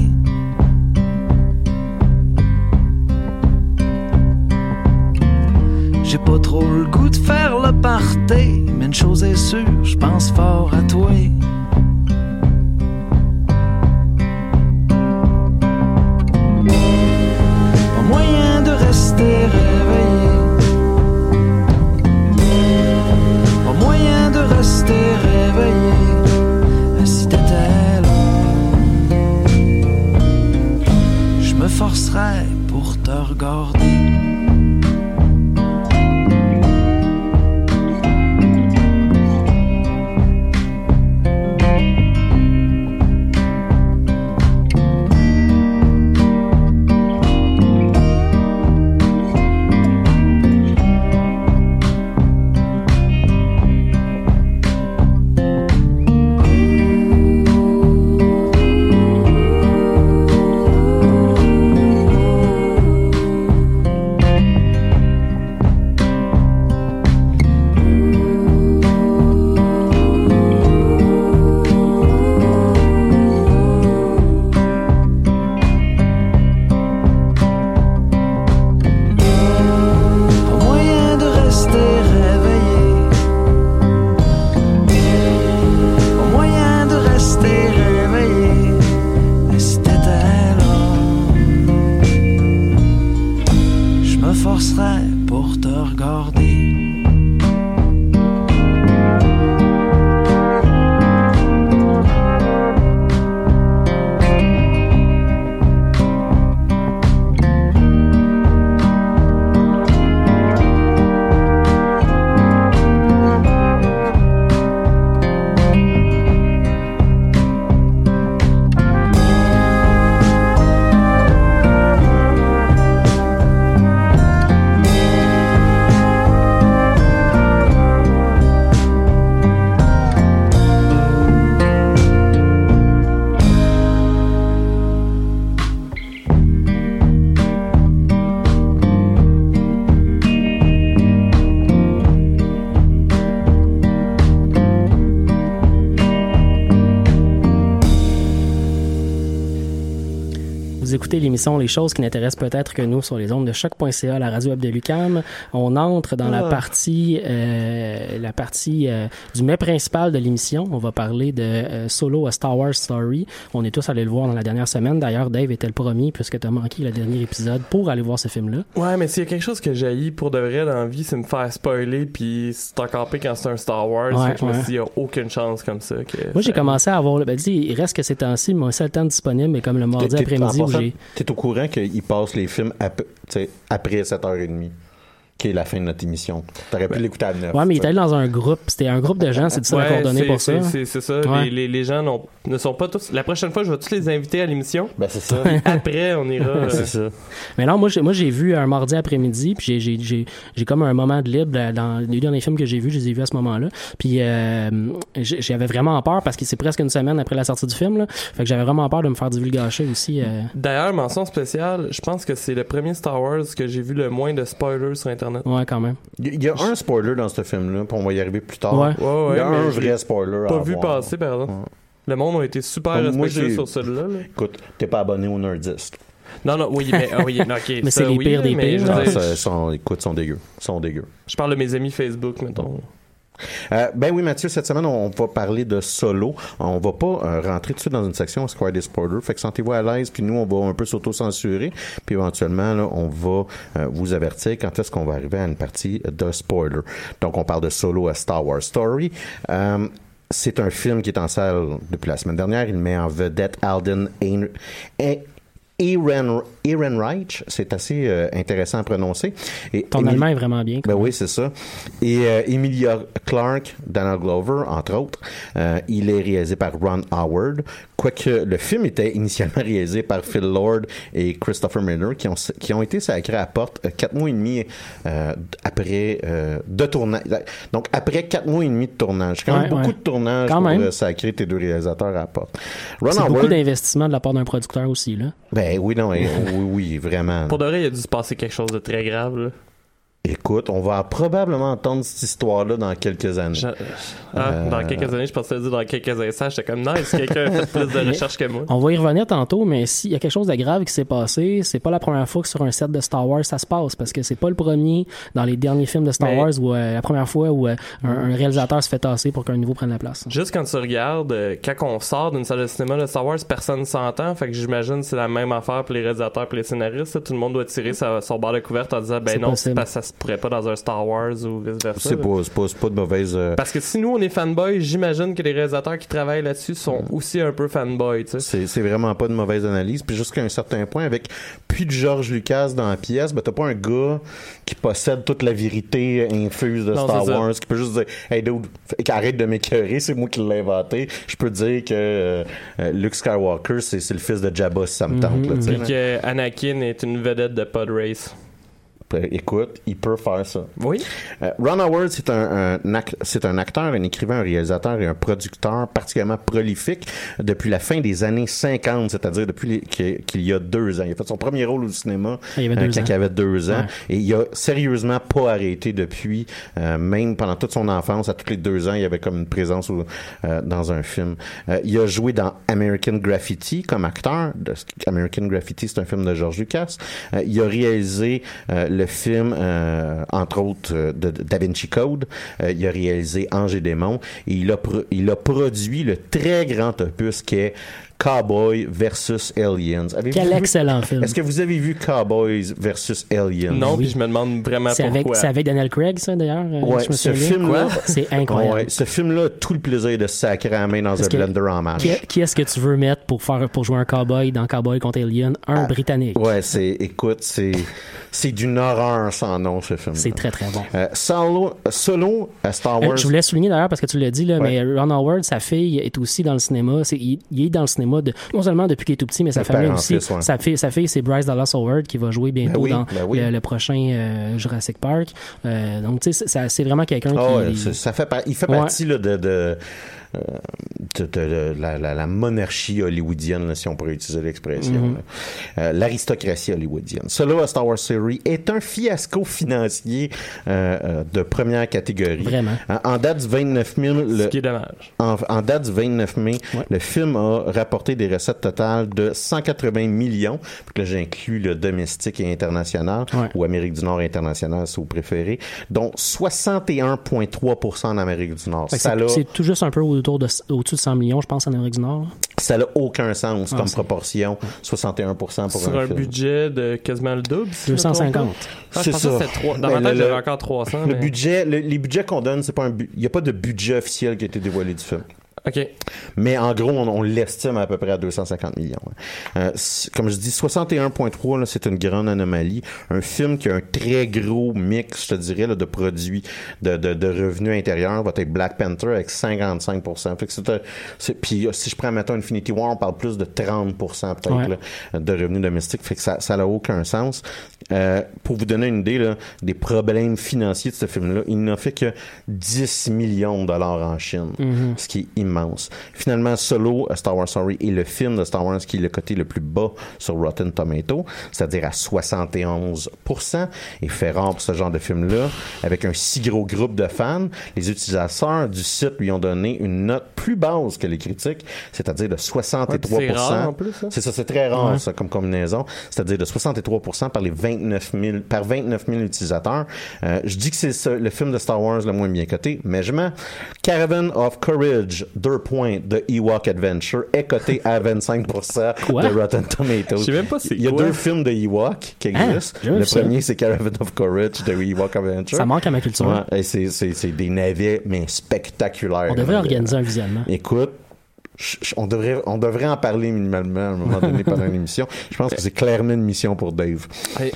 J'ai pas trop le goût de faire le party, mais une chose est sûre, je pense fort à toi. Pas moyen de rester réveillé, pas moyen de rester réveillé. Si t'étais là, je me forcerais pour te regarder. Écoutez l'émission Les choses qui n'intéressent peut-être que nous sur les ondes de choc.ca, la radio web de l'UQAM. On entre dans la partie du mets principal de l'émission. On va parler de Solo, A Star Wars Story. On est tous allés le voir dans la dernière semaine. D'ailleurs, Dave était le premier puisque tu as manqué le dernier épisode pour aller voir ce film-là. Ouais, mais s'il y a quelque chose que j'haïs pour de vrai dans la vie, c'est me faire spoiler, puis c'est encore pire quand c'est un Star Wars. Ouais, je me suis dit, il n'y a aucune chance comme ça. Moi, j'ai commencé à avoir... il reste que ces temps-ci, mon seul temps disponible, mais comme le mardi après-midi où j'ai... T'es au courant qu'ils passent les films après 7h30, qui est la fin de notre émission. T'aurais pu l'écouter à 9. Ouais, mais il était allé dans un groupe. C'était un groupe de gens, c'est difficile à coordonner pour ça. C'est ça. Ouais. Les gens ne sont pas tous... La prochaine fois, je vais tous les inviter à l'émission. Ben, c'est ça. Après, on ira... C'est ça. Mais non, moi, j'ai vu un mardi après-midi, puis j'ai comme un moment de libre dans les derniers films que j'ai vus, je les ai vus à ce moment-là. Puis j'avais vraiment peur parce que c'est presque une semaine après la sortie du film, là. Fait que j'avais vraiment peur de me faire divulgacher aussi. D'ailleurs, mention spéciale, je pense que c'est le premier Star Wars que j'ai vu le moins de spoilers sur Internet. Ouais, quand même. Il y a un spoiler dans ce film-là, puis on va y arriver plus tard. Ouais. Il y a un vrai spoiler. Pas vu passer, par exemple. Ouais. Le monde a été super respectueux sur celui-là. Là. Écoute, t'es pas abonné au Nerdist. Non, oui, mais ok. Mais c'est les pires des pires. Écoute, sont dégueux. Je parle de mes amis Facebook, mettons. Ben oui, Mathieu, cette semaine, on va parler de Solo. On va pas rentrer tout de suite dans une section Square des spoilers. Fait que sentez-vous à l'aise, puis nous, on va un peu s'auto-censurer. Puis éventuellement, là, on va vous avertir quand est-ce qu'on va arriver à une partie de spoilers. Donc, on parle de Solo, A Star Wars Story. C'est un film qui est en salle depuis la semaine dernière. Il met en vedette Alden Ehrenreich, c'est assez intéressant à prononcer. Ton allemand est vraiment bien. Ben oui, c'est ça. Et Emilia Clarke, Donald Glover, entre autres. Il est réalisé par Ron Howard. Quoique le film était initialement réalisé par Phil Lord et Christopher Miller, qui ont été sacrés à la porte 4 mois et demi après de tournage. Donc, après 4 mois et demi de tournage. C'est quand même beaucoup de tournage pour sacrer tes deux réalisateurs à la porte. C'est beaucoup d'investissement de la part d'un producteur aussi, là. Ben oui, non, oui, vraiment. Pour de vrai, il a dû se passer quelque chose de très grave, là. Écoute, on va probablement entendre cette histoire-là dans quelques années. Dans quelques années, je pensais dire dans quelques instants, j'étais comme nice, quelqu'un a fait plus de recherche que moi. On va y revenir tantôt, mais s'il y a quelque chose de grave qui s'est passé, c'est pas la première fois que sur un set de Star Wars ça se passe, parce que c'est pas le premier dans les derniers films de Star Wars où la première fois où un réalisateur se fait tasser pour qu'un nouveau prenne la place. Juste quand tu regardes, quand on sort d'une salle de cinéma de Star Wars, personne s'entend, fait que j'imagine que c'est la même affaire pour les réalisateurs et les scénaristes. Tout le monde doit tirer son bord de couverte en disant ben non, c'est parce que ça se pourrait pas dans un Star Wars ou vice-versa. C'est pas de mauvaise... Parce que si nous, on est fanboy, j'imagine que les réalisateurs qui travaillent là-dessus sont aussi un peu fanboy, tu sais. C'est vraiment pas de mauvaise analyse. Puis jusqu'à un certain point, avec plus de George Lucas dans la pièce, ben t'as pas un gars qui possède toute la vérité infuse de Star Wars, qui peut juste dire « Hey dude, arrête de m'écœurer, c'est moi qui l'ai inventé. » Je peux dire que Luke Skywalker, c'est le fils de Jabba si ça me tente. Puis que Anakin est une vedette de Pod Race. Écoute, il peut faire ça. Oui. Ron Howard, c'est un acteur, un écrivain, un réalisateur et un producteur particulièrement prolifique depuis la fin des années 50, c'est-à-dire depuis qu'il y a 2 ans. Il a fait son premier rôle au cinéma quand il avait 2 ans. Ouais. Et il a sérieusement pas arrêté depuis, même pendant toute son enfance, à tous les 2 ans, il y avait comme une présence dans un film. Il a joué dans American Graffiti comme acteur. American Graffiti, c'est un film de George Lucas. Il a réalisé le film, entre autres, de Da Vinci Code. Il a réalisé Ange et Démons. Et il a produit le très grand opus qui est Cowboy versus Aliens. Quel excellent film. Est-ce que vous avez vu Cowboys versus Aliens? Non, puis je me demande vraiment pourquoi. C'est avec Daniel Craig, ça, d'ailleurs? Ouais, ce film-là... C'est incroyable. Ouais, ce film-là a tout le plaisir de sacrer à la main dans un blender en marche. Qui est-ce que tu veux mettre pour jouer un cowboy dans Cowboy contre Alien? Un Britannique. Ouais, c'est d'une horreur sans nom, ce film. C'est très, très bon. Solo à Star Wars... je voulais souligner, d'ailleurs, parce que tu l'as dit, là, mais Ron Howard, sa fille, est aussi dans le cinéma. Il est dans le cinéma non seulement depuis qu'il est tout petit, mais sa famille aussi. Sa fille, c'est Bryce Dallas Howard qui va jouer bientôt dans le prochain Jurassic Park. Donc, tu sais, c'est vraiment quelqu'un qui... il fait partie là, de la monarchie hollywoodienne, là, si on pourrait utiliser l'expression. L'aristocratie hollywoodienne. Solo a Star Wars Theory est un fiasco financier de première catégorie. Vraiment. En date du 29 000... Ce qui est dommage. En date du 29 mai, le film a rapporté des recettes totales de 180 millions. Donc là, j'inclus le domestique et international, ou Amérique du Nord international, si vous préférez, dont 61,3% en Amérique du Nord. C'est tout juste un peu au-dessus de 100 millions, je pense, en Amérique du Nord. Ça n'a aucun sens comme proportion. 61% pour sur un budget de quasiment le double. 250. C'est ça. Dans ma tête, j'avais encore 300. Les budgets qu'on donne, c'est pas il n'y a pas de budget officiel qui a été dévoilé du film. OK. Mais en gros, on l'estime à peu près à 250 millions. Comme je dis, 61,3, là, c'est une grande anomalie. Un film qui a un très gros mix, je te dirais, là, de produits, de revenus intérieurs, va être Black Panther avec 55%. Fait que puis si je prends, mettons, Infinity War, on parle plus de 30% peut-être là, de revenus domestiques. Fait que ça n'a aucun sens. Pour vous donner une idée là, des problèmes financiers de ce film-là, il n'a fait que 10 millions de dollars en Chine, ce qui est immense. Finalement, Solo, A Star Wars Story est le film de Star Wars qui est le côté le plus bas sur Rotten Tomatoes, c'est-à-dire à 71%, et fait rare pour ce genre de film-là. Avec un si gros groupe de fans, les utilisateurs du site lui ont donné une note plus basse que les critiques, c'est-à-dire de 63%. C'est rare en plus, ça? C'est ça, c'est très rare ça, comme combinaison, c'est-à-dire de 63% par 29 000 utilisateurs. Je dis que c'est le film de Star Wars le moins bien coté, mais je mens. Caravan of Courage, 2 points de Ewok Adventure, est coté à 25% de Rotten Tomatoes. Je sais même pas Il y a 2 films de Ewok qui existent. Le premier, c'est Caravan of Courage de Ewok Adventure. Ça manque à ma culture. Et c'est des navets, mais spectaculaires. On devrait organiser un visionnement. Écoute, on devrait en parler minimalement à un moment donné pendant l'émission. Je pense que c'est clairement une mission pour Dave.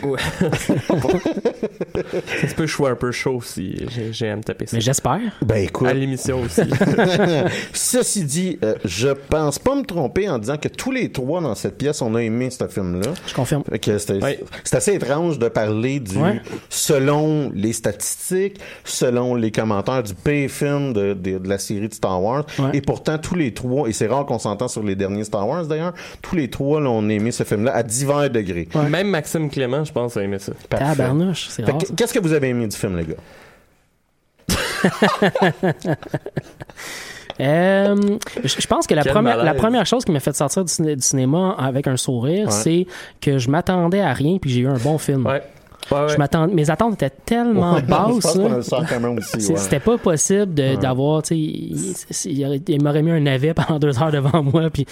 Tu peux jouer un peu chaud si j'ai à me taper ça. Mais j'espère. Ben écoute. À l'émission aussi. Ceci dit, je pense pas me tromper en disant que tous les 3 dans cette pièce, on a aimé ce film-là. Je confirme. C'est assez étrange de parler selon les statistiques, selon les commentaires du pire film de la série de Star Wars. Et pourtant, tous les 3, et c'est rare qu'on s'entend sur les derniers Star Wars, d'ailleurs. Tous les trois, là, on a aimé ce film-là à divers degrés. Ouais. Même Maxime Clément, je pense, a aimé ça. Tabarnouche, c'est rare. Qu'est-ce que vous avez aimé du film, les gars? Je pense que la première chose qui m'a fait sortir du cinéma avec un sourire, c'est que je m'attendais à rien puis j'ai eu un bon film. Ouais. Mes attentes étaient tellement basses. C'était pas possible d'avoir, il m'aurait mis un navet pendant 2 heures devant moi, puis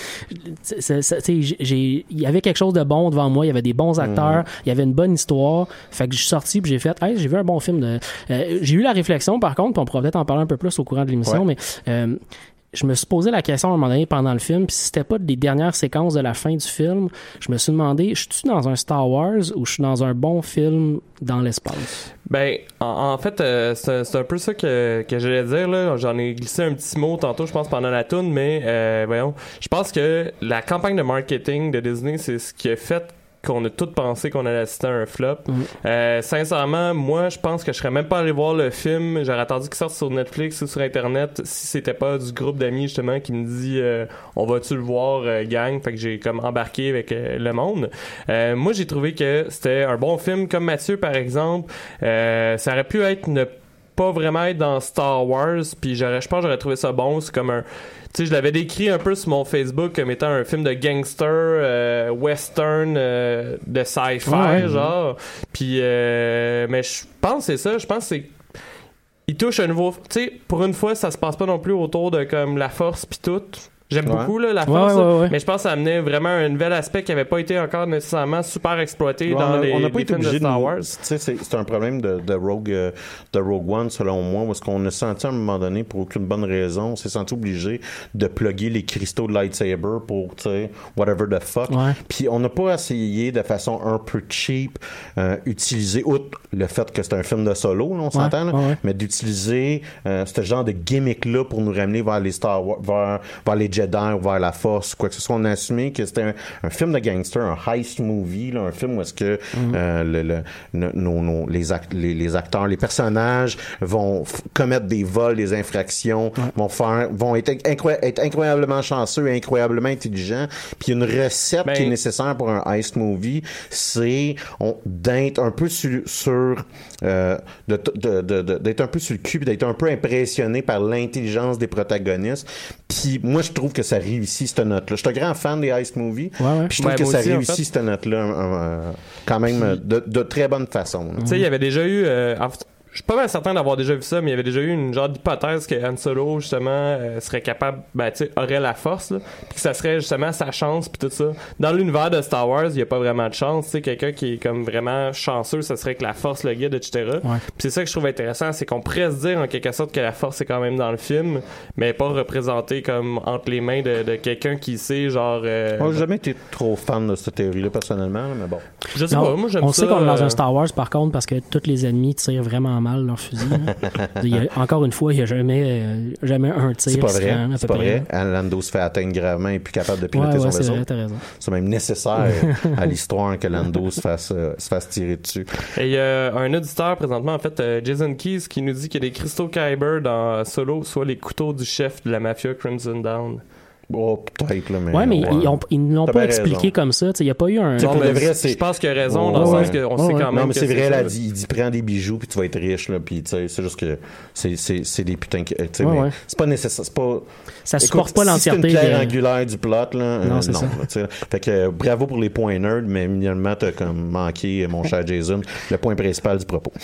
il y avait quelque chose de bon devant moi, il y avait des bons acteurs, il y avait une bonne histoire, fait que je suis sorti puis j'ai fait, hey, j'ai vu un bon film. J'ai eu la réflexion par contre, puis on pourra peut-être en parler un peu plus au courant de l'émission, mais je me suis posé la question à un moment donné pendant le film, puis si c'était pas des dernières séquences de la fin du film, je me suis demandé, je suis dans un Star Wars ou je suis dans un bon film dans l'espace? Ben, en fait, c'est un peu ça que j'allais dire, là. J'en ai glissé un petit mot tantôt, je pense, pendant la toune, mais voyons. Je pense que la campagne de marketing de Disney, c'est ce qui a fait qu'on a tous pensé qu'on allait assister à un flop. Sincèrement, moi, je pense que je serais même pas allé voir le film. J'aurais attendu qu'il sorte sur Netflix ou sur Internet si c'était pas du groupe d'amis, justement, qui me dit on va-tu le voir, gang? Fait que j'ai comme embarqué avec le monde. Moi, j'ai trouvé que c'était un bon film. Comme Mathieu, par exemple, ça aurait pu être pas vraiment être dans Star Wars, puis je pense que j'aurais trouvé ça bon. C'est comme un... Tu sais, je l'avais décrit un peu sur mon Facebook comme étant un film de gangster, western, de sci-fi, genre. Puis, mais je pense que c'est ça. Je pense que c'est... Il touche un nouveau... Tu sais, pour une fois, ça se passe pas non plus autour de comme la force pis tout. J'aime beaucoup là, la force, mais je pense que ça amenait vraiment un nouvel aspect qui n'avait pas été encore nécessairement super exploité dans les films de Star Wars. C'est un problème de Rogue One, selon moi, parce qu'on a senti à un moment donné, pour aucune bonne raison, on s'est senti obligé de plugger les cristaux de lightsaber pour, tu sais, whatever the fuck. Puis on n'a pas essayé de façon un peu cheap utiliser, outre le fait que c'est un film de solo, là, on s'entend, mais d'utiliser ce genre de gimmick-là pour nous ramener vers les Star Wars, vers les Jedi ou vers la Force, quoi que ce soit. On a assumé que c'était un film de gangster, un heist movie, là, un film où est-ce que les acteurs, les personnages vont commettre des vols, des infractions, vont être incroyablement chanceux et incroyablement intelligents. Puis une recette qui est nécessaire pour un heist movie, c'est d'être un peu d'être un peu sur le cul, puis d'être un peu impressionné par l'intelligence des protagonistes. Puis moi, je trouve que ça réussit cette note-là. Je suis un grand fan des heist movies, puis je trouve que ça réussit cette note-là quand même de très bonne façon. Tu sais, il y avait déjà eu... je suis pas mal certain d'avoir déjà vu ça, mais il y avait déjà eu une genre d'hypothèse que Han Solo, justement, serait capable, tu sais, aurait la force, là, puis que ça serait justement sa chance, puis tout ça. Dans l'univers de Star Wars, il y a pas vraiment de chance, tu sais, quelqu'un qui est comme vraiment chanceux, ça serait que la force le guide, etc. Puis c'est ça que je trouve intéressant, c'est qu'on pourrait se dire en quelque sorte que la force est quand même dans le film, mais pas représentée comme entre les mains de quelqu'un qui sait, genre... Moi, j'ai jamais été trop fan de cette théorie-là, personnellement, mais bon. Je sais pas, moi j'aime ça. On sait qu'on est dans un Star Wars, par contre, parce que tous les ennemis tirent vraiment mal leur fusil. Encore une fois, il n'y a jamais un tir. C'est pas vrai. C'est pas vrai. Lando se fait atteindre gravement et plus capable de piloter son vaisseau. Vrai, t'as raison. C'est même nécessaire à l'histoire que Lando se fasse tirer dessus. Et il y a un auditeur présentement, en fait, Jason Keys, qui nous dit qu'il y a des cristaux Kyber dans Solo, soit les couteaux du chef de la mafia Crimson Dawn. Oh, peut-être, là, mais... Ouais, mais ils ne l'ont pas expliqué comme ça. Il n'y a pas eu un... Je pense qu'il a raison dans le sens qu'on sait quand même. Non, mais c'est vrai, il dit prends des bijoux puis tu vas être riche, là, puis c'est juste que c'est des putains... C'est pas nécessaire, c'est pas... Ça supporte pas l'entièreté. C'est une pierre angulaire du plot, là. Non, c'est ça. Fait que bravo pour les points nerds, mais minimalement, t'as comme manqué, mon cher Jason, le point principal du propos.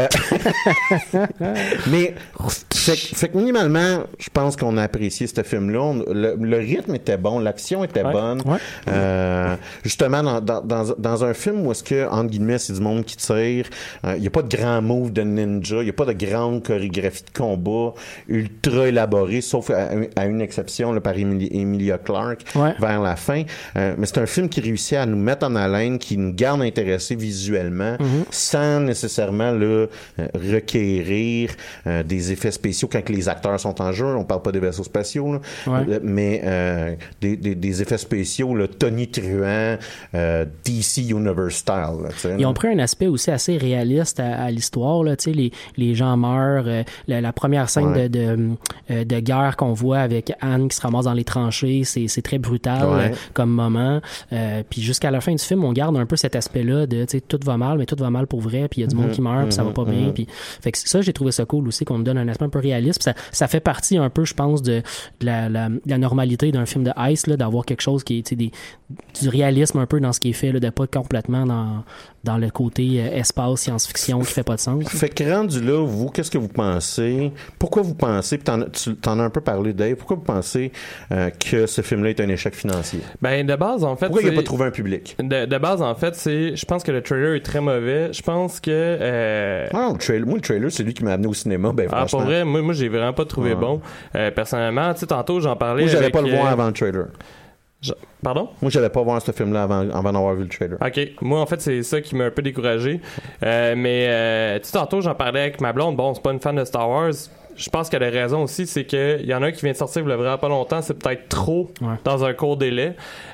Mais, fait que minimalement, je pense qu'on a apprécié ce film-là. Le rythme était bon, l'action était bonne. Justement, dans un film où est-ce que, entre guillemets, c'est du monde qui tire, il n'y a pas de grand move de ninja, il n'y a pas de grande chorégraphie de combat ultra élaborée, sauf à une exception là, par Emilia Clarke vers la fin. Mais c'est un film qui réussit à nous mettre en haleine, qui nous garde intéressés visuellement, sans nécessairement requérir des effets spéciaux quand les acteurs sont en jeu. On parle pas des vaisseaux spatiaux, là, mais mais des effets spéciaux, là, Tony Truant, DC Universe style. Là, ils ont pris un aspect aussi assez réaliste à l'histoire. Là, les gens meurent. La première scène de guerre qu'on voit avec Anne qui se ramasse dans les tranchées, c'est très brutal comme moment. Puis jusqu'à la fin du film, on garde un peu cet aspect-là de tout va mal, mais tout va mal pour vrai, puis il y a du monde qui meurt, puis ça va pas bien. Puis, fait que ça, j'ai trouvé ça cool aussi, qu'on me donne un aspect un peu réaliste. Puis ça fait partie un peu, je pense, de la normalité d'un film de heist, là, d'avoir quelque chose qui est du réalisme un peu dans ce qui est fait, là, de pas être complètement dans le côté espace, science-fiction qui fait pas de sens. Fait que rendu là, vous, qu'est-ce que vous pensez? Pourquoi vous pensez, puis t'en as un peu parlé, Dave, pourquoi vous pensez que ce film-là est un échec financier? Ben, de base, en fait... Pourquoi il n'a pas trouvé un public? De base, en fait, je pense que le trailer est très mauvais. Je pense que... Non, le trailer, c'est lui qui m'a amené au cinéma, ben franchement. Pour vrai, moi j'ai vraiment pas trouvé bon. Personnellement, tu sais, tantôt, j'en parlais moi, j'allais pas le voir avant le trailer. Pardon? Moi, j'allais pas voir ce film-là avant d'avoir vu le trailer. OK. Moi, en fait, c'est ça qui m'a un peu découragé. Mais, tu sais, tantôt, j'en parlais avec ma blonde. Bon, c'est pas une fan de Star Wars. Je pense qu'elle a raison aussi, c'est qu'il y en a un qui vient de sortir il y a vraiment pas longtemps, c'est peut-être trop dans un court délai.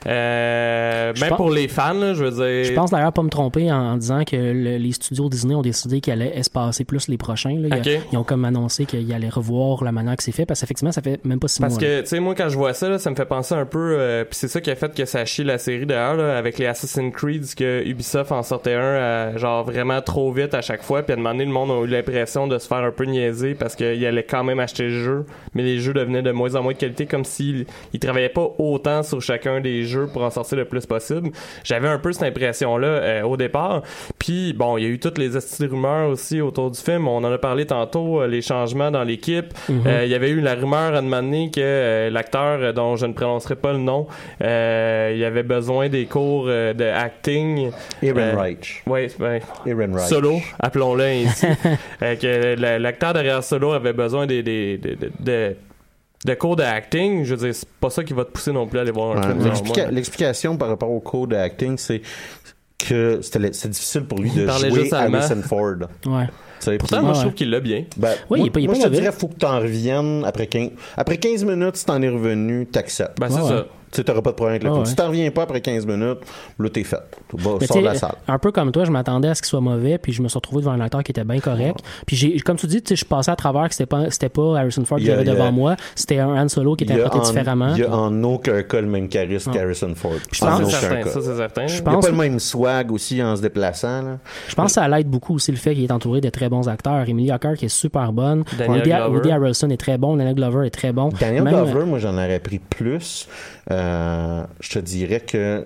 Pour les fans, là, je veux dire... Je pense d'ailleurs pas me tromper en disant que les studios Disney ont décidé qu'ils allaient espacer plus les prochains. Là. Ils ont comme annoncé qu'ils allaient revoir la manière que c'est fait, parce qu'effectivement, ça fait même pas 6 mois. Parce que, tu sais, moi, quand je vois ça, là, ça me fait penser un peu... puis c'est ça qui a fait que ça chie la série, d'ailleurs, là, avec les Assassin's Creed, que Ubisoft en sortait un genre vraiment trop vite à chaque fois, puis à un moment donné, le monde a eu l'impression de se faire un peu niaiser parce qu'il allait quand même acheter le jeu, mais les jeux devenaient de moins en moins de qualité, comme s'ils travaillaient pas autant sur chacun des jeux pour en sortir le plus possible. J'avais un peu cette impression-là au départ. Puis, bon, il y a eu toutes les astuces rumeurs aussi autour du film. On en a parlé tantôt, les changements dans l'équipe. Il y avait eu la rumeur à un moment donné que l'acteur, dont je ne prononcerai pas le nom, il avait besoin des cours de acting. Aaron Reich. Oui, Aaron Reich. Solo, appelons-le ainsi. Que l'acteur derrière Solo avait besoin de cours d'acting. Je veux dire, c'est pas ça qui va te pousser non plus à aller voir un film. L'explication par rapport au cours d'acting, c'est que c'est difficile pour lui de jouer Harrison Ford. Ouais. Pourtant, moi, je trouve qu'il l'a bien. Moi, je te dirais, faut que t'en reviennes après 15 minutes. Si t'en es revenu, t'acceptes. C'est ça. Tu sais, t'auras pas de problème avec le film. Si t'en reviens pas après 15 minutes, là, t'es fait. Sors de la salle. Un peu comme toi, je m'attendais à ce qu'il soit mauvais, puis je me suis retrouvé devant un acteur qui était bien correct. Puis comme tu dis, je passais à travers que c'était pas Harrison Ford que j'avais devant moi, c'était un Han Solo qui était interprété différemment. Il y a en aucun cas le même charisme qu'Harrison Ford. Ça, c'est certain. Il n'y a pas le même swag aussi en se déplaçant. Là. Je pense que ça l'aide beaucoup aussi le fait qu'il est entouré de très bons acteurs. Emilia Clarke qui est super bonne. Woody Harrelson est très bon. Daniel Glover est très bon. Daniel Glover, moi, j'en aurais pris plus. Je te dirais que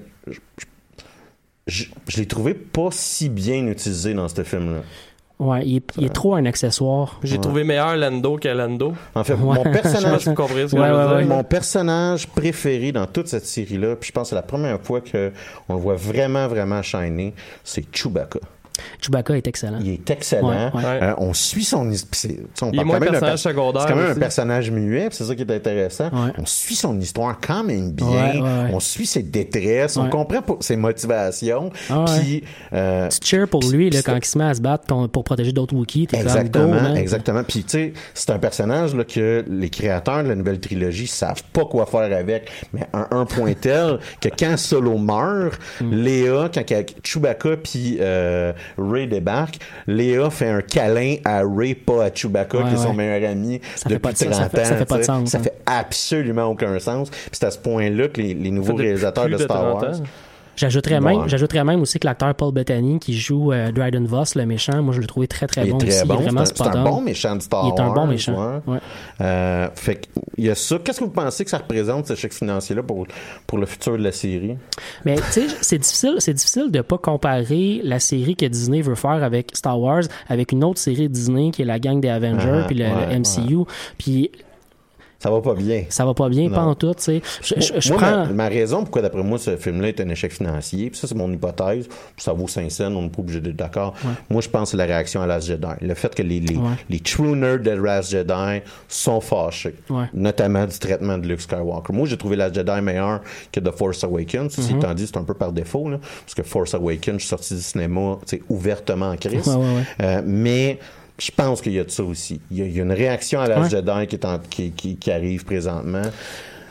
je l'ai trouvé pas si bien utilisé dans ce film-là. Ouais, il est trop un accessoire. J'ai trouvé meilleur Lando que Lando. En fait, mon personnage, mon personnage préféré dans toute cette série-là, puis je pense que c'est la première fois qu'on le voit vraiment, vraiment shiner, c'est Chewbacca. Chewbacca est excellent. Il est excellent. On suit son... Il est moins personnage secondaire. C'est quand même un personnage muet, c'est ça qui est intéressant. On suit son histoire quand même bien. On suit ses détresses. On comprend ses motivations. Puis... tu cheers pour lui là, quand il se met à se battre pour protéger d'autres Wookiees. Exactement. Puis tu sais, c'est un personnage là, que les créateurs de la nouvelle trilogie savent pas quoi faire avec. Mais un point tel que quand Solo meurt, Léa, quand Chewbacca puis... Ray débarque, Léa fait un câlin à Ray, pas à Chewbacca, qui est son meilleur ami depuis 30 ans. Ça fait pas de sens. Ça fait absolument aucun sens. Puis c'est à ce point-là que les nouveaux réalisateurs de Star Wars... J'ajouterais même aussi que l'acteur Paul Bettany qui joue Dryden Voss, le méchant, moi je l'ai trouvé très très bon aussi. Il est vraiment c'est un bon méchant de Star Wars. Il est un bon méchant. Fait qu'il y a ça. Qu'est-ce que vous pensez que ça représente, ce chèque financier-là, pour le futur de la série? Mais tu sais, c'est difficile de pas comparer la série que Disney veut faire avec Star Wars avec une autre série Disney qui est la gang des Avengers puis le MCU. Puis ça va pas bien. Ça va pas bien, pas en tout, tu sais. Ma raison pourquoi, d'après moi, ce film-là est un échec financier, puis ça, c'est mon hypothèse, puis ça vaut 5 cents, on n'est pas obligé d'être d'accord. Moi, je pense que c'est la réaction à Last Jedi. Le fait que les true nerds de Last Jedi sont fâchés, notamment du traitement de Luke Skywalker. Moi, j'ai trouvé Last Jedi meilleur que The Force Awakens. Ceci étant dit, c'est un peu par défaut, là, parce que Force Awakens, je suis sorti du cinéma, tu sais, ouvertement en crise. Mais... je pense qu'il y a de ça aussi. Il y a une réaction à Last Jedi qui arrive présentement.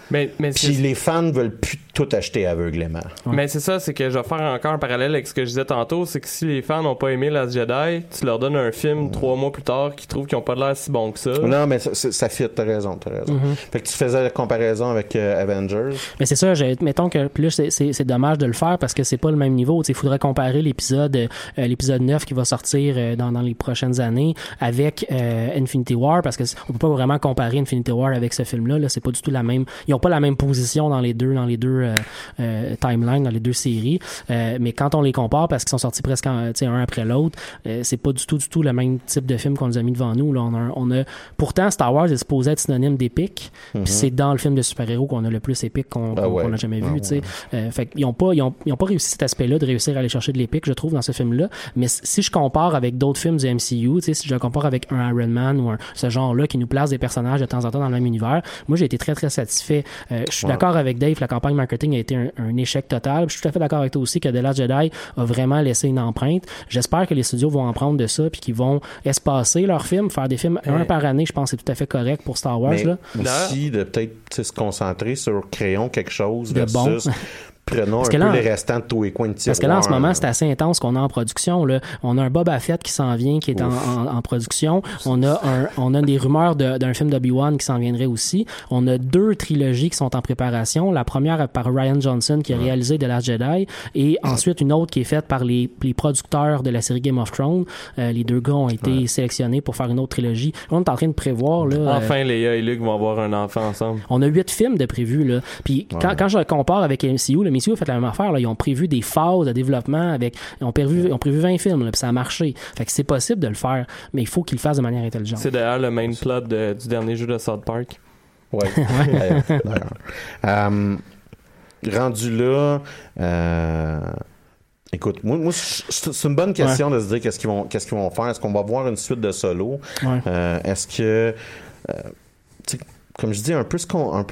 Puis les fans veulent plus tout acheter aveuglément. Mais c'est ça, c'est que je vais faire encore un parallèle avec ce que je disais tantôt, c'est que si les fans n'ont pas aimé Last Jedi, tu leur donnes un film 3 mois plus tard qui trouvent qu'ils n'ont pas l'air si bon que ça. Non, mais ça fit, t'as raison. Fait que tu faisais la comparaison avec Avengers. Mais c'est ça, mettons que plus c'est dommage de le faire parce que c'est pas le même niveau. Il faudrait comparer l'épisode 9 qui va sortir dans les prochaines années avec Infinity War, parce que on peut pas vraiment comparer Infinity War avec ce film-là. Là, c'est pas du tout la même. Ils ont pas la même position dans les deux timelines, dans les deux séries. Mais quand on les compare, parce qu'ils sont sortis presque un après l'autre, c'est pas du tout le même type de film qu'on nous a mis devant nous. Là, pourtant, Star Wars est supposé être synonyme d'épique. Puis c'est dans le film de super-héros qu'on a le plus épique qu'on a jamais vu. Fait qu'ils ont pas réussi cet aspect-là de réussir à aller chercher de l'épique, je trouve, dans ce film-là. Mais si je compare avec d'autres films du MCU, si je le compare avec un Iron Man ou ce genre-là qui nous place des personnages de temps en temps dans le même univers, moi j'ai été très très satisfait. Je suis d'accord avec Dave, la campagne marketing a été un échec total. Je suis tout à fait d'accord avec toi aussi que The Last Jedi a vraiment laissé une empreinte. J'espère que les studios vont en prendre de ça puis qu'ils vont espacer leurs films, faire des films un par année. Je pense que c'est tout à fait correct pour Star Wars. Mais aussi de peut-être se concentrer sur créons quelque chose de versus bon. Prenons un peu les restants de tous les coins de tiroir. Parce que là, en ce moment, c'est assez intense qu'on a en production. Là. On a un Boba Fett qui s'en vient, qui est en production. On a des rumeurs d'un film d'Obi-Wan qui s'en viendrait aussi. On a 2 trilogies qui sont en préparation. La première par Rian Johnson, qui a réalisé The Last Jedi, et ensuite une autre qui est faite par les producteurs de la série Game of Thrones. Les 2 gars ont été sélectionnés pour faire une autre trilogie. On est en train de prévoir... Là, enfin, Leia et Luke vont avoir un enfant ensemble. On a 8 films de prévus. Là. Puis quand je le compare avec MCU, le MCU a fait la même affaire. Là. Ils ont prévu des phases de développement ils ont prévu 20 films, là, puis ça a marché. Fait que c'est possible de le faire, mais il faut qu'ils le fassent de manière intelligente. C'est d'ailleurs le main plot du dernier jeu de South Park. Ouais. Rendu là, écoute, moi c'est une bonne question de se dire qu'est-ce qu'ils vont faire. Est-ce qu'on va voir une suite de Solo? Est-ce que comme je dis, un peu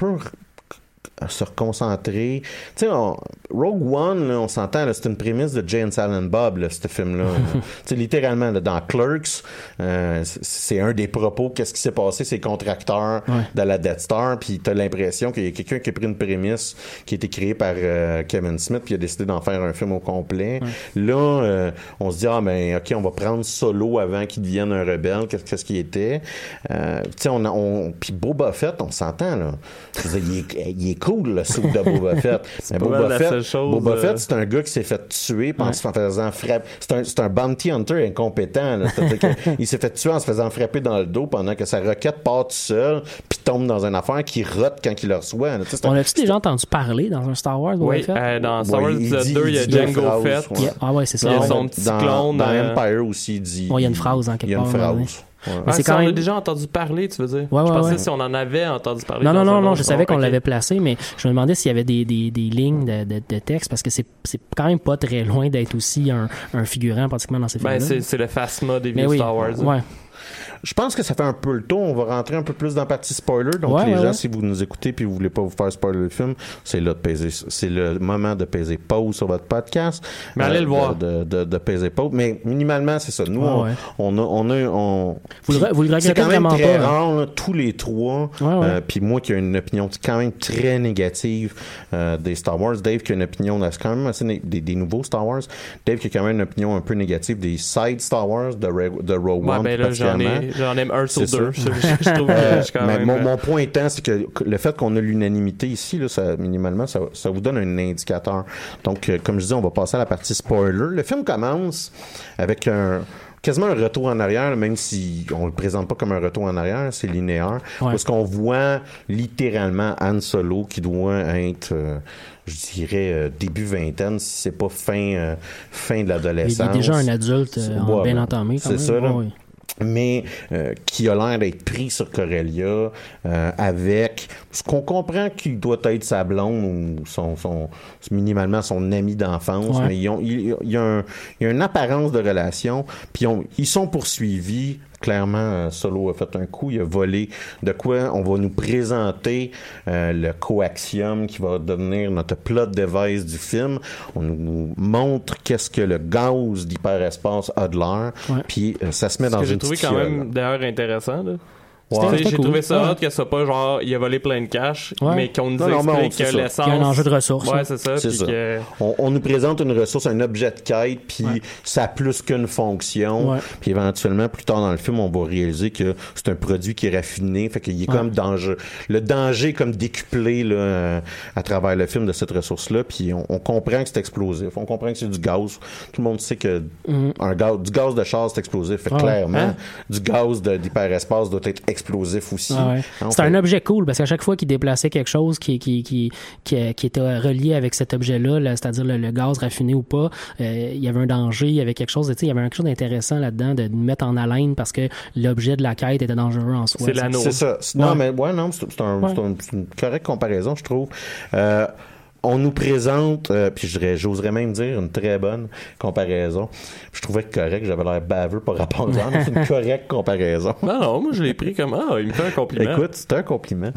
se reconcentrer. Tu sais, Rogue One, là, on s'entend, là, c'est une prémisse de Jay and Silent Bob, là, ce film-là. Tu sais, littéralement, là, dans Clerks, c'est un des propos. Qu'est-ce qui s'est passé? C'est les contracteurs de la Death Star, puis t'as l'impression qu'il y a quelqu'un qui a pris une prémisse qui a été créée par Kevin Smith, puis il a décidé d'en faire un film au complet. Là, on se dit, OK, on va prendre Solo avant qu'il devienne un rebelle. Qu'est-ce qu'il était? Tu sais, puis Boba Fett, on s'entend, là. Je veux dire, il est cool, le soupe de Boba Fett. Mais Boba Fett, c'est un gars qui s'est fait tuer en se faisant frapper. C'est un bounty hunter incompétent. Là. Il s'est fait tuer en se faisant frapper dans le dos pendant que sa roquette part tout seul puis tombe dans une affaire qui rote quand il le reçoit. Là. On a-tu déjà entendu parler dans un Star Wars? Oui, dans Star Wars 2, il y a Jango Fett. Ah ouais, c'est ça. Il y a son petit clone. Dans Empire aussi, il dit... Il y a une phrase en quelque part. Il y a une phrase. Mais c'est quand on même... a déjà entendu parler, tu veux dire? Je pensais si on en avait entendu parler. Non, je savais qu'on l'avait placé, mais je me demandais s'il y avait des lignes de texte, parce que c'est quand même pas très loin d'être aussi un figurant pratiquement dans ces films-là. C'est le Phasma des vieux Star Wars. Ouais. Je pense que ça fait un peu le tour. On va rentrer un peu plus dans la partie spoiler. Donc, les gens, si vous nous écoutez et vous voulez pas vous faire spoiler le film, c'est là de peser. C'est le moment de peser pause sur votre podcast. Mais allez le voir. De peser pause. Mais minimalement, c'est ça. Nous, on a vous le regrettez c'est quand même vraiment très pas, rare, là, tous les trois. Puis moi qui ai une opinion quand même très négative des Star Wars. Dave qui a une opinion quand même assez des nouveaux Star Wars. Dave qui a quand même une opinion un peu négative des side Star Wars de Rogue One. Ben là, j'en aime un sur 2. Je trouve quand même... Mon point étant, c'est que le fait qu'on a l'unanimité ici, là, minimalement, ça vous donne un indicateur. Donc, comme je dis, on va passer à la partie spoiler. Le film commence avec quasiment un retour en arrière, même si on le présente pas comme un retour en arrière, c'est linéaire. Parce qu'on voit littéralement Han Solo qui doit être... je dirais début vingtaine, si c'est pas fin de l'adolescence. Il est déjà un adulte bien entamé. C'est ça, là. Mais qui a l'air d'être pris sur Corellia avec ce qu'on comprend qu'il doit être sa blonde ou minimalement son ami d'enfance, mais il y a une apparence de relation, puis ils sont poursuivis. Clairement, Solo a fait un coup, il a volé de quoi on va nous présenter le coaxium qui va devenir notre plot device du film. On nous montre qu'est-ce que le gaz d'hyperespace a de l'air, puis ça se met dans une petite fiole. Ce que j'ai trouvé quand même d'ailleurs intéressant, là, J'ai cool. trouvé ça hot que ça soit pas genre il a volé plein de cash, mais qu'on nous explique que l'essence. Il y a un enjeu de ressources. Ouais, c'est ça. C'est puis ça. que... On nous présente une ressource, un objet de quête, puis ça a plus qu'une fonction. Ouais. Puis éventuellement, plus tard dans le film, on va réaliser que c'est un produit qui est raffiné, fait qu'il est comme danger. Le danger est comme décuplé là, à travers le film de cette ressource-là, puis on comprend que c'est explosif. On comprend que c'est du gaz. Tout le monde sait que du gaz de char, c'est explosif. Fait que clairement, du gaz d'hyperespace doit être explosif aussi. C'est un objet cool, parce qu'à chaque fois qu'il déplaçait quelque chose qui était relié avec cet objet-là, c'est-à-dire le gaz raffiné ou pas, il y avait un danger, il y avait quelque chose, il y avait quelque chose d'intéressant là-dedans de nous mettre en haleine parce que l'objet de la quête était dangereux en soi. C'est l'anneau. C'est ça. Non, mais c'est une correcte comparaison, je trouve. On nous présente, puis j'oserais même dire une très bonne comparaison. Je trouvais que correct, j'avais l'air baveux par rapport à ça, mais c'est une correcte comparaison. Non, moi je l'ai pris comme il me fait un compliment. Écoute, c'est un compliment.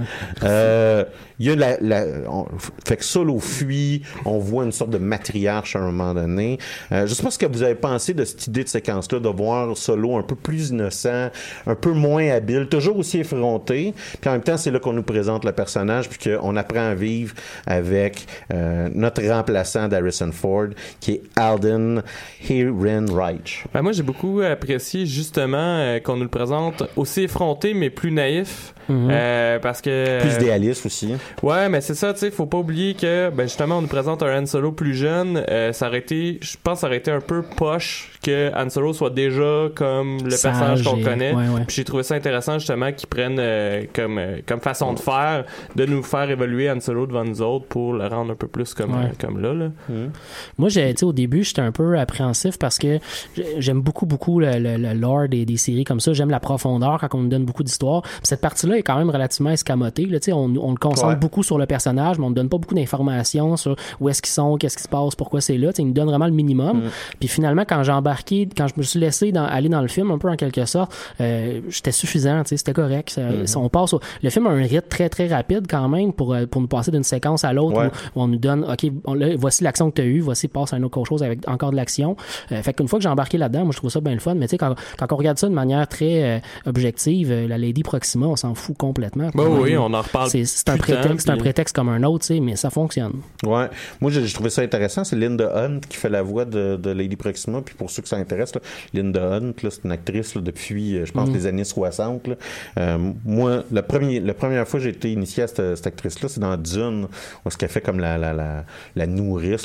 Il y a fait que Solo fuit, on voit une sorte de matriarche à un moment donné. Je sais pas ce que vous avez pensé de cette idée de séquence-là, de voir Solo un peu plus innocent, un peu moins habile, toujours aussi effronté, puis en même temps, c'est là qu'on nous présente le personnage, puis qu'on apprend à vivre avec notre remplaçant d'Harrison Ford, qui est Alden Ehrenreich. Ben moi, j'ai beaucoup apprécié justement qu'on nous le présente aussi effronté, mais plus naïf. Parce que... Plus idéaliste aussi. Ouais, mais c'est ça, tu sais, faut pas oublier que, justement, on nous présente un Han Solo plus jeune. Je pense que ça aurait été un peu poche que Han Solo soit déjà comme le personnage qu'on connaît. Puis j'ai trouvé ça intéressant, justement, qu'ils prennent comme façon de faire, de nous faire évoluer Han Solo devant nous autres pour le rendre un peu plus comme là. Moi, au début, j'étais un peu appréhensif parce que j'aime beaucoup le lore des séries comme ça. J'aime la profondeur quand on nous donne beaucoup d'histoires. Puis cette partie-là est quand même relativement escamotée. Là, on le concentre beaucoup sur le personnage, mais on ne donne pas beaucoup d'informations sur où est-ce qu'ils sont, qu'est-ce qui se passe, pourquoi c'est là. Il nous donne vraiment le minimum. Puis finalement, quand je me suis laissé aller dans le film, un peu en quelque sorte, j'étais suffisant, c'était correct. On passe le film a un rythme très, très rapide quand même pour nous passer d'une séquence à l'autre où on nous donne, OK, voici l'action que tu as eue, passe à une autre chose avec encore de l'action. Fait qu'une fois que j'ai embarqué là-dedans, moi, je trouve ça bien le fun. Mais tu sais, quand on regarde ça de manière très objective, la Lady Proxima, on s'en fout complètement. Oui, on en reparle. C'est un prétexte comme un autre, mais ça fonctionne. Ouais. Moi, j'ai trouvé ça intéressant. C'est Linda Hunt qui fait la voix de Lady Proxima. Puis pour ceux que ça intéresse, Linda Hunt, c'est une actrice depuis, je pense, les années 60. Moi, la première fois que j'ai été initié à cette actrice-là, c'est dans Dune, où est-ce qu'elle fait comme la nourrice,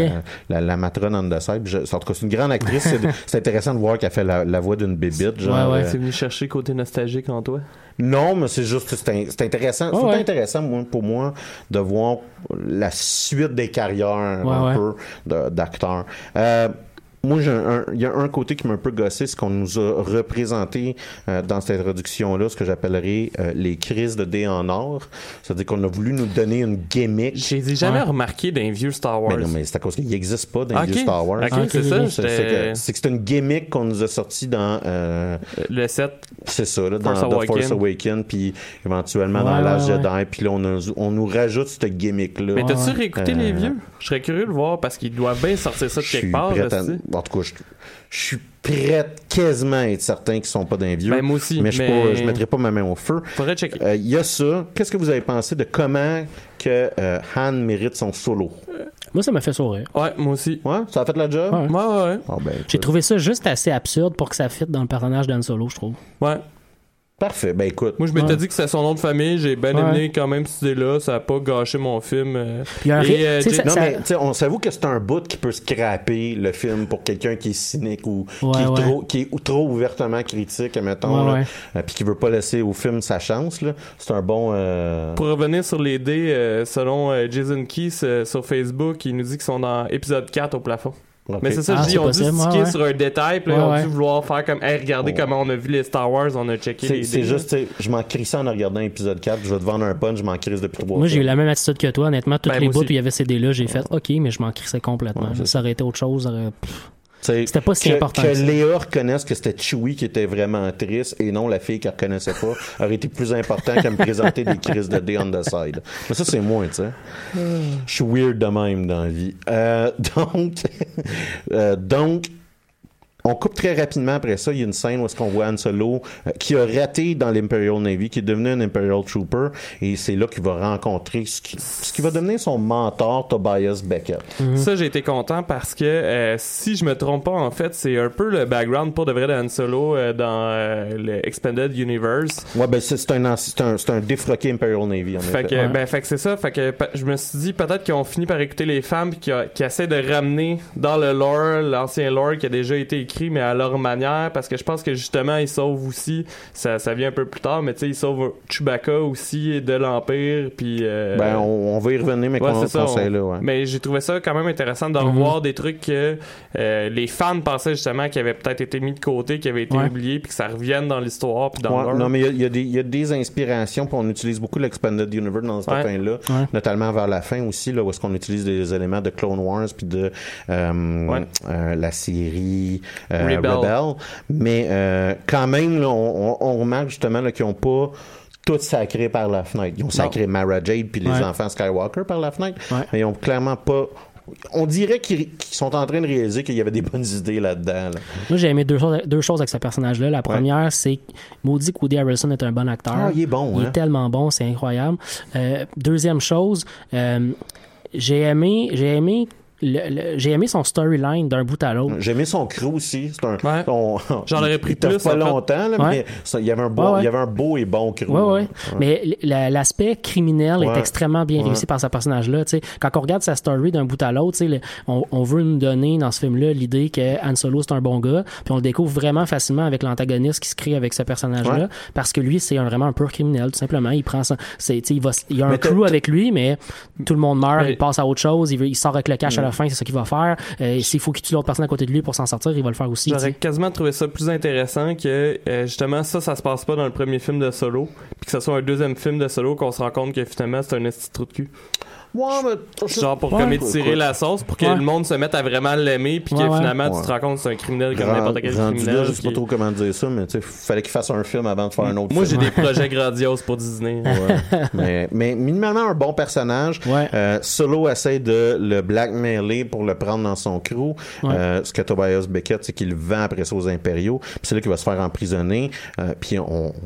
la matrone on the side. En tout cas, c'est une grande actrice. C'est intéressant de voir qu'elle fait la voix d'une bébite. C'est venu chercher côté nostalgique en toi? Non, mais c'est juste, c'est intéressant. C'est intéressant pour moi de voir la suite des carrières un peu d'acteurs. Moi, il y a un côté qui m'a un peu gossé, c'est qu'on nous a représenté dans cette introduction-là ce que j'appellerais les crises de dés en or. C'est-à-dire qu'on a voulu nous donner une gimmick. Je les ai jamais remarqué dans les vieux Star Wars. Mais non, mais c'est à cause qu'il n'existe pas dans les vieux Star Wars. C'est ça. C'est que c'est une gimmick qu'on nous a sorti dans... le 7. C'est ça, là, dans The Force Awakens, puis éventuellement dans l'Âge Jedi, puis là, on nous rajoute cette gimmick-là. Mais t'as-tu réécouté les vieux? Je serais curieux de voir, parce qu'ils doivent bien sortir ça de quelque part. En tout cas, je suis prêt quasiment à être certain qu'ils sont pas d'un vieux. Ben, moi aussi. Mais je mettrai pas ma main au feu. Faudrait checker. Il y a ça. Qu'est-ce que vous avez pensé de comment que Han mérite son solo? Moi, ça m'a fait sourire. Ouais, moi aussi. Ouais, ça a fait la job? Ouais. Oh, ben, j'ai trouvé ça juste assez absurde pour que ça fitte dans le personnage d'Han Solo, je trouve. Ouais. Parfait, ben écoute. Moi, je m'étais dit que c'était son nom de famille. J'ai bien aimé quand même cette idée-là. Ça a pas gâché mon film. On s'avoue que c'est un bout qui peut scraper le film pour quelqu'un qui est cynique ou qui est trop ouvertement critique, mettons, puis qui veut pas laisser au film sa chance. Là. C'est un bon... Pour revenir sur les dés, selon Jason Keith sur Facebook, il nous dit qu'ils sont dans épisode 4 au plafond. Okay. Mais c'est ça, je dis, on dit sticker sur un détail, puis là, on dit vouloir faire comme, regardez comment on a vu les Star Wars, on a checké les... C'est juste, je m'en crisse en regardant l'épisode 4, je vais te vendre un punch, je m'en crisse depuis 3 Moi, j'ai eu la même attitude que toi, honnêtement, toutes les bouts où il y avait ces dés-là, j'ai fait, OK, mais je m'en crissais complètement. Ça aurait été autre chose, c'était pas si important. Que Léa reconnaisse que c'était Chewie qui était vraiment triste et non la fille qu'elle reconnaissait pas aurait été plus important qu'à me présenter des crises de dés on the side. Mais ça, c'est moi, tu sais. Je suis weird de même dans la vie. Donc, On coupe très rapidement après ça. Il y a une scène où est-ce qu'on voit Han Solo qui a raté dans l'Imperial Navy, qui est devenu un Imperial Trooper, et c'est là qu'il va rencontrer ce qui va devenir son mentor, Tobias Beckett. Ça, j'ai été content parce que si je me trompe pas, en fait, c'est un peu le background pour de vrai de Han Solo dans le Expanded Universe. Ouais, ben c'est un défroqué Imperial Navy, en effet. Fait que c'est ça. Fait que je me suis dit peut-être qu'ils ont fini par écouter les fans qui essaient de ramener dans le lore, l'ancien lore qui a déjà été écrit, mais à leur manière, parce que je pense que justement ils sauvent aussi, ça vient un peu plus tard, mais tu sais, ils sauvent Chewbacca aussi de l'Empire, puis on va y revenir, mais là, ouais. Mais j'ai trouvé ça quand même intéressant de revoir des trucs que les fans pensaient justement qui avaient peut-être été mis de côté, qui avaient été oubliés, puis que ça revienne dans l'histoire, puis dans le lore. Non, mais il y a des inspirations, puis on utilise beaucoup l'Expanded Universe dans cette fin-là, notamment vers la fin aussi, là, où est-ce qu'on utilise des éléments de Clone Wars, puis de la série Rebel. Mais quand même, là, on remarque justement là, qu'ils n'ont pas tout sacré par la fenêtre. Ils ont sacré Mara Jade puis les enfants Skywalker par la fenêtre, mais ils ont clairement pas... On dirait qu'ils sont en train de réaliser qu'il y avait des bonnes idées là-dedans. Là. Moi, j'ai aimé deux choses avec ce personnage-là. La première, c'est maudit que Woody Harrelson est un bon acteur. Ah, il est bon. Il est tellement bon, c'est incroyable. Deuxième chose, j'ai aimé son storyline d'un bout à l'autre. J'ai aimé son crew aussi. J'en aurais pris plus. Pas longtemps, là, mais il y avait un beau et bon crew. Mais l'aspect criminel est extrêmement bien réussi par ce personnage-là. T'sais. Quand on regarde sa story d'un bout à l'autre, on veut nous donner dans ce film-là l'idée que Han Solo c'est un bon gars, puis on le découvre vraiment facilement avec l'antagoniste qui se crée avec ce personnage-là, parce que lui c'est vraiment un pur criminel, tout simplement. Il prend il y a un crew avec lui, mais tout le monde meurt, il passe à autre chose, il sort avec le cash à la fin, c'est ça qu'il va faire. S'il faut qu'il tue l'autre personne à côté de lui pour s'en sortir, il va le faire aussi. J'aurais quasiment trouvé ça plus intéressant que justement ça se passe pas dans le premier film de Solo, puis que ce soit un deuxième film de Solo qu'on se rend compte que finalement c'est un esti trou de cul. Genre pour comme étirer la sauce pour que le monde se mette à vraiment l'aimer, puis que finalement tu te rends compte que c'est un criminel comme n'importe quel criminel. Là, je sais pas trop comment dire ça, mais il fallait qu'il fasse un film avant de faire un autre film. Moi j'ai des projets grandioses pour Disney. mais minimalement un bon personnage. Solo essaie de le blackmailer pour le prendre dans son crew. Ce que Tobias Beckett, c'est qu'il le vend après ça aux impériaux, puis c'est là qu'il va se faire emprisonner, puis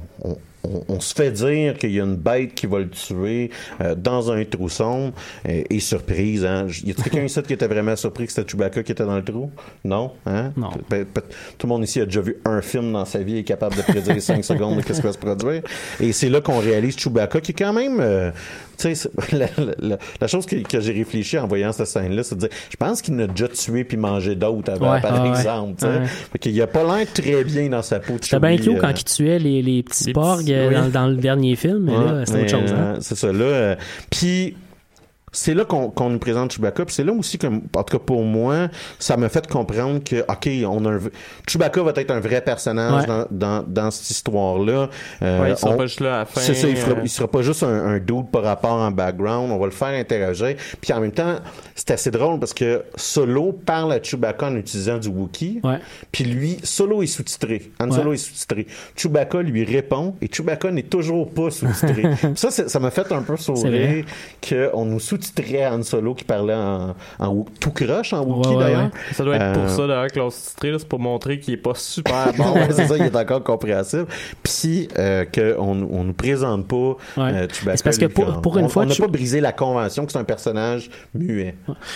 on se fait dire qu'il y a une bête qui va le tuer dans un trou sombre et surprise, hein. Y a quelqu'un ici qui était vraiment surpris que c'était Chewbacca qui était dans le trou? Non? Hein? Non. Tout le monde ici a déjà vu un film dans sa vie et est capable de prédire 5 secondes de qu'est-ce qui va se produire. Et c'est là qu'on réalise Chewbacca qui est quand même... tu sais, la chose que j'ai réfléchi en voyant cette scène-là, c'est de dire, je pense qu'il en a déjà tué puis mangé d'autres avant, par exemple. Fait qu'il a pas l'air très bien dans sa peau. C'était bien cute quand il tuait les petits porcs dans le dernier film, mais là, c'est autre chose. Hein? C'est ça, là. Puis... c'est là qu'on nous présente Chewbacca, puis c'est là aussi que, en tout cas pour moi, ça m'a fait comprendre que, Chewbacca va être un vrai personnage dans cette histoire-là. Il sera pas juste là à la fin. C'est ça, il sera pas juste un dude par rapport en background, on va le faire interagir. Puis en même temps, c'est assez drôle parce que Solo parle à Chewbacca en utilisant du Wookiee, puis lui, Solo est sous-titré. Han Solo est sous-titré. Chewbacca lui répond, et Chewbacca n'est toujours pas sous-titré. ça m'a fait un peu sourire qu'on nous sous-titrait Han Solo qui parlait en tout croche en Wookiee d'ailleurs. Ça doit être pour ça d'ailleurs que l'on sous-titré, c'est pour montrer qu'il est pas super bon. C'est ça, il est encore compréhensible. Puis qu'on nous présente pas Chewbacca. C'est parce que pour une fois, on n'a pas brisé la convention que c'est un personnage muet.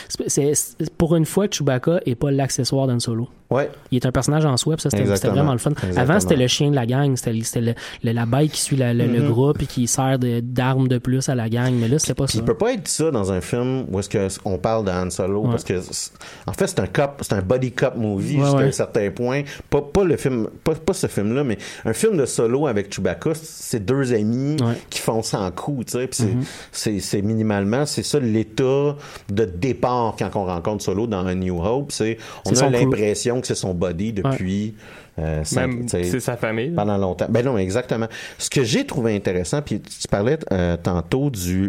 Pour une fois, Chewbacca est pas l'accessoire d'Han Solo. Il est un personnage en soi, puis ça c'était vraiment le fun. Avant c'était le chien de la gang, c'était la bête qui suit le groupe et qui sert d'arme de plus à la gang, mais là c'était pas ça. Il peut pas être ça dans un film où est-ce qu'on parle de Han Solo, parce que en fait c'est un buddy cop movie jusqu'à un certain point. Pas le film, pas ce film-là, mais un film de Solo avec Chewbacca, c'est deux amis qui font ça en coup, tu sais. Puis c'est minimalement, c'est ça l'état de départ quand on rencontre Solo dans A New Hope, on a l'impression que c'est son buddy depuis même c'est sa famille pendant longtemps. Ben non, exactement. Ce que j'ai trouvé intéressant, puis tu parlais tantôt de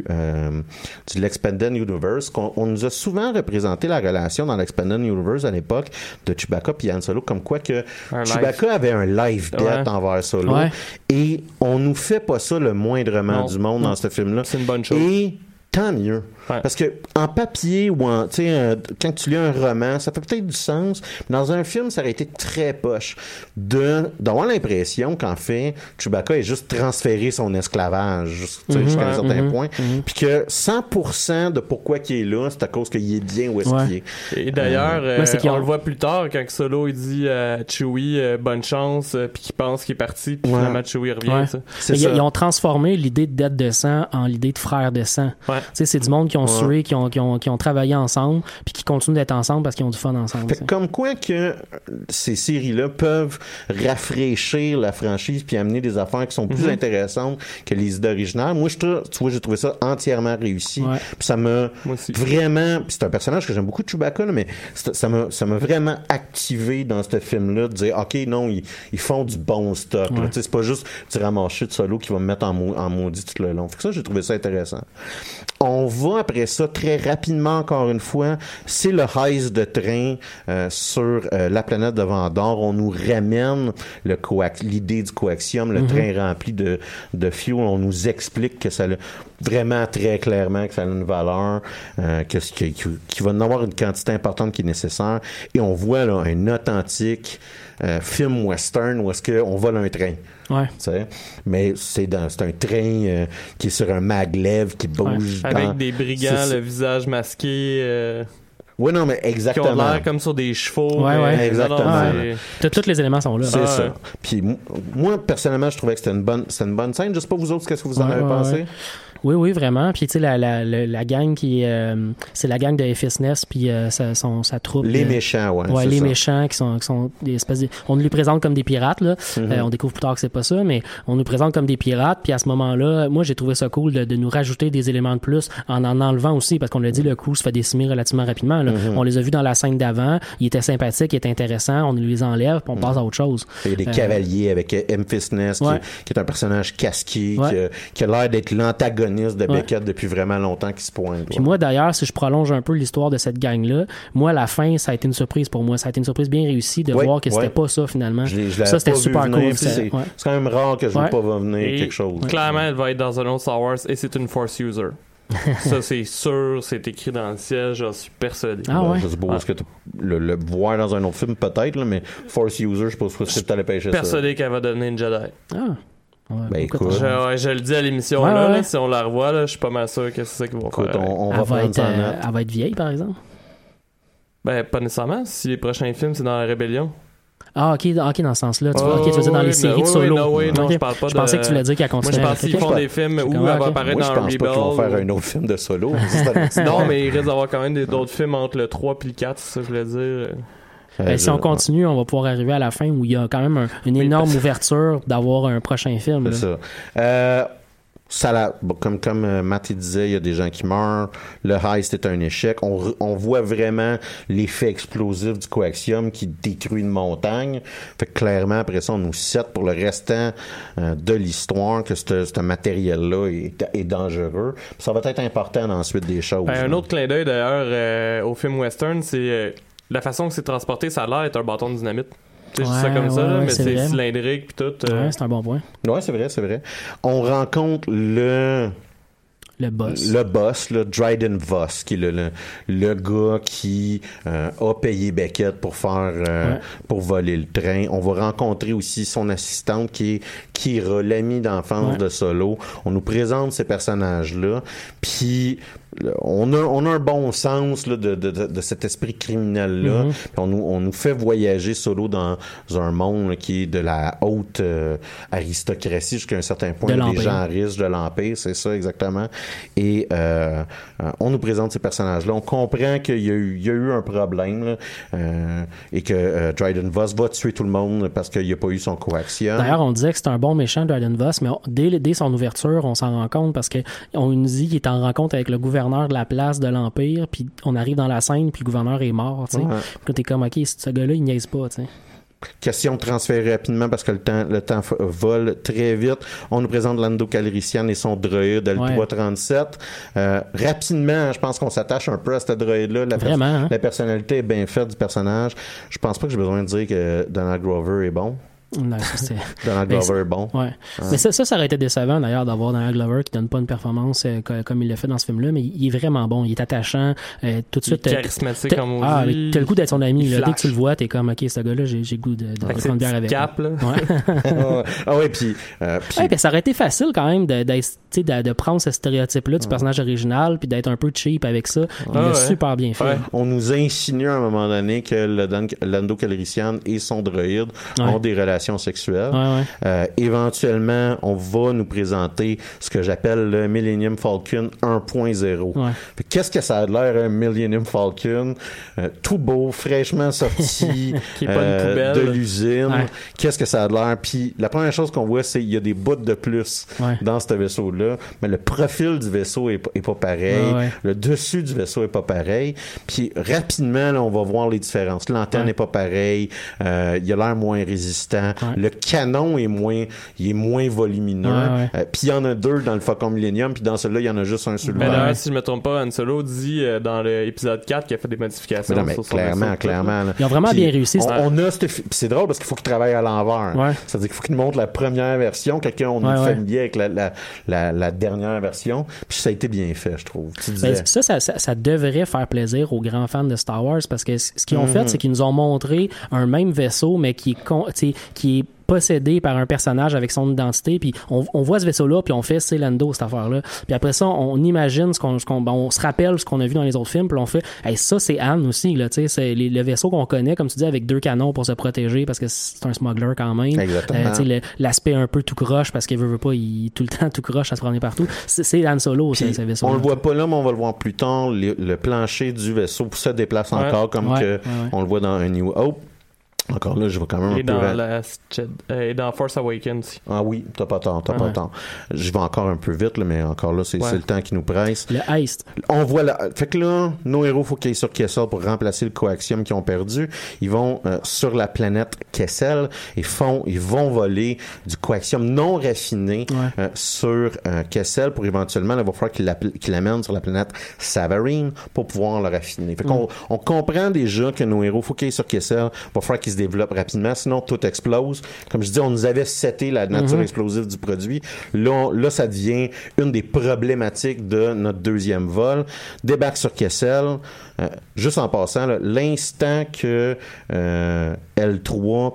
l'Expanded Universe, on nous a souvent représenté la relation dans l'Expanded Universe à l'époque de Chewbacca puis Han Solo comme quoi que Chewbacca avait un life debt envers Solo, et on nous fait pas ça le moindrement du monde dans ce film-là. C'est une bonne chose. Et tant mieux. Ouais. Parce que en papier ou en, tu sais, quand tu lis un roman, ça fait peut-être du sens. Mais dans un film, ça aurait été très poche d'avoir l'impression qu'en fait, Chewbacca ait juste transféré son esclavage, jusqu'à un certain point. Puis que 100% de pourquoi il est là, c'est à cause qu'il est bien où est-ce qu'il est. Et d'ailleurs, on le voit plus tard quand Solo il dit à Chewie bonne chance, puis qu'il pense qu'il est parti, puis finalement Chewie revient. Ils ont transformé l'idée de dette de sang en l'idée de frère de sang. C'est du monde qui ont sué, qui ont travaillé ensemble, puis qui continuent d'être ensemble parce qu'ils ont du fun ensemble. Fait comme quoi que ces séries-là peuvent rafraîchir la franchise puis amener des affaires qui sont plus intéressantes que les idées originales. Moi, j'ai trouvé ça entièrement réussi. Puis ça m'a vraiment... Puis c'est un personnage que j'aime beaucoup, Chewbacca, là, mais ça m'a vraiment activé dans ce film-là de dire, OK, non, ils font du bon stock. C'est pas juste du ramarché de Solo qui va me mettre en maudit tout le long. Fait que ça, j'ai trouvé ça intéressant. On va après ça très rapidement, encore une fois, c'est le heist de train sur la planète de Vandor. On nous ramène l'idée du coaxium, le train rempli de fuel. On nous explique que ça a vraiment très clairement que ça a une valeur, qu'il va en avoir une quantité importante qui est nécessaire. Et on voit là un authentique film western où est-ce qu'on vole un train. Mais c'est un train qui est sur un maglev qui bouge avec des brigands, le visage masqué. Oui, non, mais exactement. Qui ont l'air comme sur des chevaux. Exactement. Tous les éléments sont là. C'est ça. Puis moi, personnellement, je trouvais que c'était une bonne scène. Je sais pas vous autres, qu'est-ce que vous en avez pensé? Oui, vraiment. Puis, tu sais, la gang qui c'est la gang de Ephes Nest, puis sa troupe. Les méchants, les méchants qui sont des espèces de... On nous les présente comme des pirates, là. On découvre plus tard que c'est pas ça, mais on nous présente comme des pirates, puis à ce moment-là, moi, j'ai trouvé ça cool de nous rajouter des éléments de plus en enlevant aussi, parce qu'on l'a dit, le coup se fait décimer relativement rapidement, là. On les a vus dans la scène d'avant, ils étaient sympathiques, ils étaient intéressants, on les enlève, puis on passe à autre chose. Il y a des cavaliers avec Ephes Nest, qui est un personnage casqué, qui a l'air d'être l'antagoniste de Beckett depuis vraiment longtemps qui se pointe. Puis moi, d'ailleurs, si je prolonge un peu l'histoire de cette gang-là, moi, à la fin, ça a été une surprise pour moi. Ça a été une surprise bien réussie de voir que c'était pas ça, finalement. Ça, c'était super cool. C'est quand même rare que je ne vois pas venir quelque chose. Clairement, elle va être dans un autre Star Wars et c'est une Force user. Ça, c'est sûr, c'est écrit dans le ciel, j'en suis persuadé. Je sais pas ce que le voir dans un autre film, peut-être, là, mais Force user, je sais pas si tu allais pêcher ça. Persuadé qu'elle va devenir une Jedi. Écoute, je le dis à l'émission là, si on la revoit là, je suis pas mal sûr que c'est ça qu'ils vont faire. Elle va être vieille, par exemple. Pas nécessairement. Si les prochains films c'est dans la Rébellion. Ok, dans ce sens-là. Tu veux dire dans les séries de Solo. Non, je parle pas de... Je pensais que tu voulais dire qu'elle continue. Moi, je pense qu'ils font des films où elle va apparaître dans Rebel. Je pense pas qu'ils vont faire un autre film de Solo. Non, mais il risque d'avoir quand même d'autres films entre le 3 et le 4, c'est ça que je voulais dire. Si on continue, on va pouvoir arriver à la fin où il y a quand même une énorme ouverture d'avoir un prochain film. C'est ça. Comme Matt disait, il y a des gens qui meurent. Le heist est un échec. On voit vraiment l'effet explosif du coaxium qui détruit une montagne. Fait que clairement, après ça, on nous set pour le restant de l'histoire que ce matériel-là est dangereux. Ça va être important dans la suite des choses. Un autre clin d'œil, d'ailleurs, au film western, c'est... la façon que c'est transporté, ça a l'air d'être un bâton de dynamite. Je dis ça comme ça, mais c'est cylindrique puis tout. C'est un bon point. Ouais, c'est vrai. On rencontre le boss, le Dryden Voss, qui est le gars qui a payé Beckett pour voler le train. On va rencontrer aussi son assistante qui est Kira, l'amie d'enfance de Solo. On nous présente ces personnages-là, puis on a un bon sens là, de cet esprit criminel-là. Puis on nous fait voyager Solo dans un monde là, qui est de la haute aristocratie jusqu'à un certain point, des gens riches de l'Empire, c'est ça exactement. Et on nous présente ces personnages-là. On comprend qu'il y a eu un problème là, et que Dryden Voss va tuer tout le monde parce qu'il n'a pas eu son coaxium. D'ailleurs, on disait que c'est un bon méchant, Dryden Voss, mais dès son ouverture, on s'en rend compte parce qu'on nous dit qu'il est en rencontre avec le gouverneur de la place de l'Empire, puis on arrive dans la scène, puis le gouverneur est mort, tu sais. Puis t'es comme, OK, ce gars-là, il niaise pas, tu sais. Question de transférer rapidement parce que le temps vole très vite. On nous présente Lando Calrissian et son droïde L337. Rapidement, je pense qu'on s'attache un peu à ce droïde-là. La personnalité est bien faite du personnage. Je pense pas que j'ai besoin de dire que Donald Glover est bon. Non, ça, c'était... Donald Glover, bon. Ouais. Mais ça aurait été décevant, d'ailleurs, d'avoir Donald Glover qui donne pas une performance comme il l'a fait dans ce film-là, mais il est vraiment bon. Il est attachant. Tout de suite... Il est charismatique, comme on dit. T'as le goût d'être son ami. Là. Dès que tu le vois, t'es comme, OK, ce gars-là, j'ai le goût de prendre une bière avec. Cap, là. Ouais. Puis ça aurait été facile, quand même, de prendre ce stéréotype-là du personnage original puis d'être un peu cheap avec ça. Il l'a super bien fait. Ouais. On nous insinue à un moment donné que Lando Calrissian et son droïde ont des relations sexuelles. Éventuellement, on va nous présenter ce que j'appelle le Millennium Falcon 1.0. Qu'est-ce que ça a l'air, un Millennium Falcon? Tout beau, fraîchement sorti de l'usine. Qu'est-ce que ça a l'air? Puis la première chose qu'on voit, c'est qu'il y a des bouts de plus dans ce vaisseau-là, mais le profil du vaisseau est pas pareil. Le dessus du vaisseau est pas pareil. Puis rapidement, là, on va voir les différences. L'antenne n'est pas pareille. Il a l'air moins résistant. Le canon est moins volumineux. Puis il y en a 2 dans le Falcon Millennium, puis dans celui-là, il y en a juste un sur le d'ailleurs, si je me trompe pas, Han Solo dit dans l'épisode 4 qu'il a fait des modifications. Mais clairement. Là. Ils ont vraiment bien réussi. C'est drôle parce qu'il faut qu'il travaille à l'envers. C'est-à-dire qu'il faut qu'il montre la première version. Quelqu'un, on est familier avec la dernière version. Puis ça a été bien fait, je trouve. Ça devrait faire plaisir aux grands fans de Star Wars parce que ce qu'ils ont fait, c'est qu'ils nous ont montré un même vaisseau, mais qui est possédé par un personnage avec son identité, puis on voit ce vaisseau-là, puis on fait c'est Lando, cette affaire-là. Puis après ça, on imagine on se rappelle ce qu'on a vu dans les autres films, puis on fait ça c'est Han aussi, là, tu sais, c'est le vaisseau qu'on connaît, comme tu dis, avec 2 canons pour se protéger, parce que c'est un smuggler quand même. Exactement. L'aspect un peu tout croche, parce qu'il veut pas, il tout le temps tout croche à se promener partout. C'est Han Solo, ce vaisseau. On le voit pas là, mais on va le voir plus tard. Le plancher du vaisseau se déplace encore, comme on le voit dans A New Hope. Encore là, je vais quand même et dans Force Awakens. Ah oui, t'as pas tort. Je vais encore un peu vite, là, mais encore là, c'est le temps qui nous presse. Le heist. On voit fait que là, nos héros, faut qu'ils aillent sur Kessel pour remplacer le coaxium qu'ils ont perdu. Ils vont sur la planète Kessel et ils vont voler du coaxium non raffiné sur Kessel pour éventuellement, il va falloir qu'ils l'amènent sur la planète Savareen pour pouvoir le raffiner. Fait qu'on on comprend déjà que nos héros, faut qu'ils aillent sur Kessel, il va falloir qu'ils se développe rapidement, sinon tout explose. Comme je dis, on nous avait seté la nature explosive du produit. Là, ça devient une des problématiques de notre deuxième vol. Débarque sur Kessel. Juste en passant, là, l'instant que L3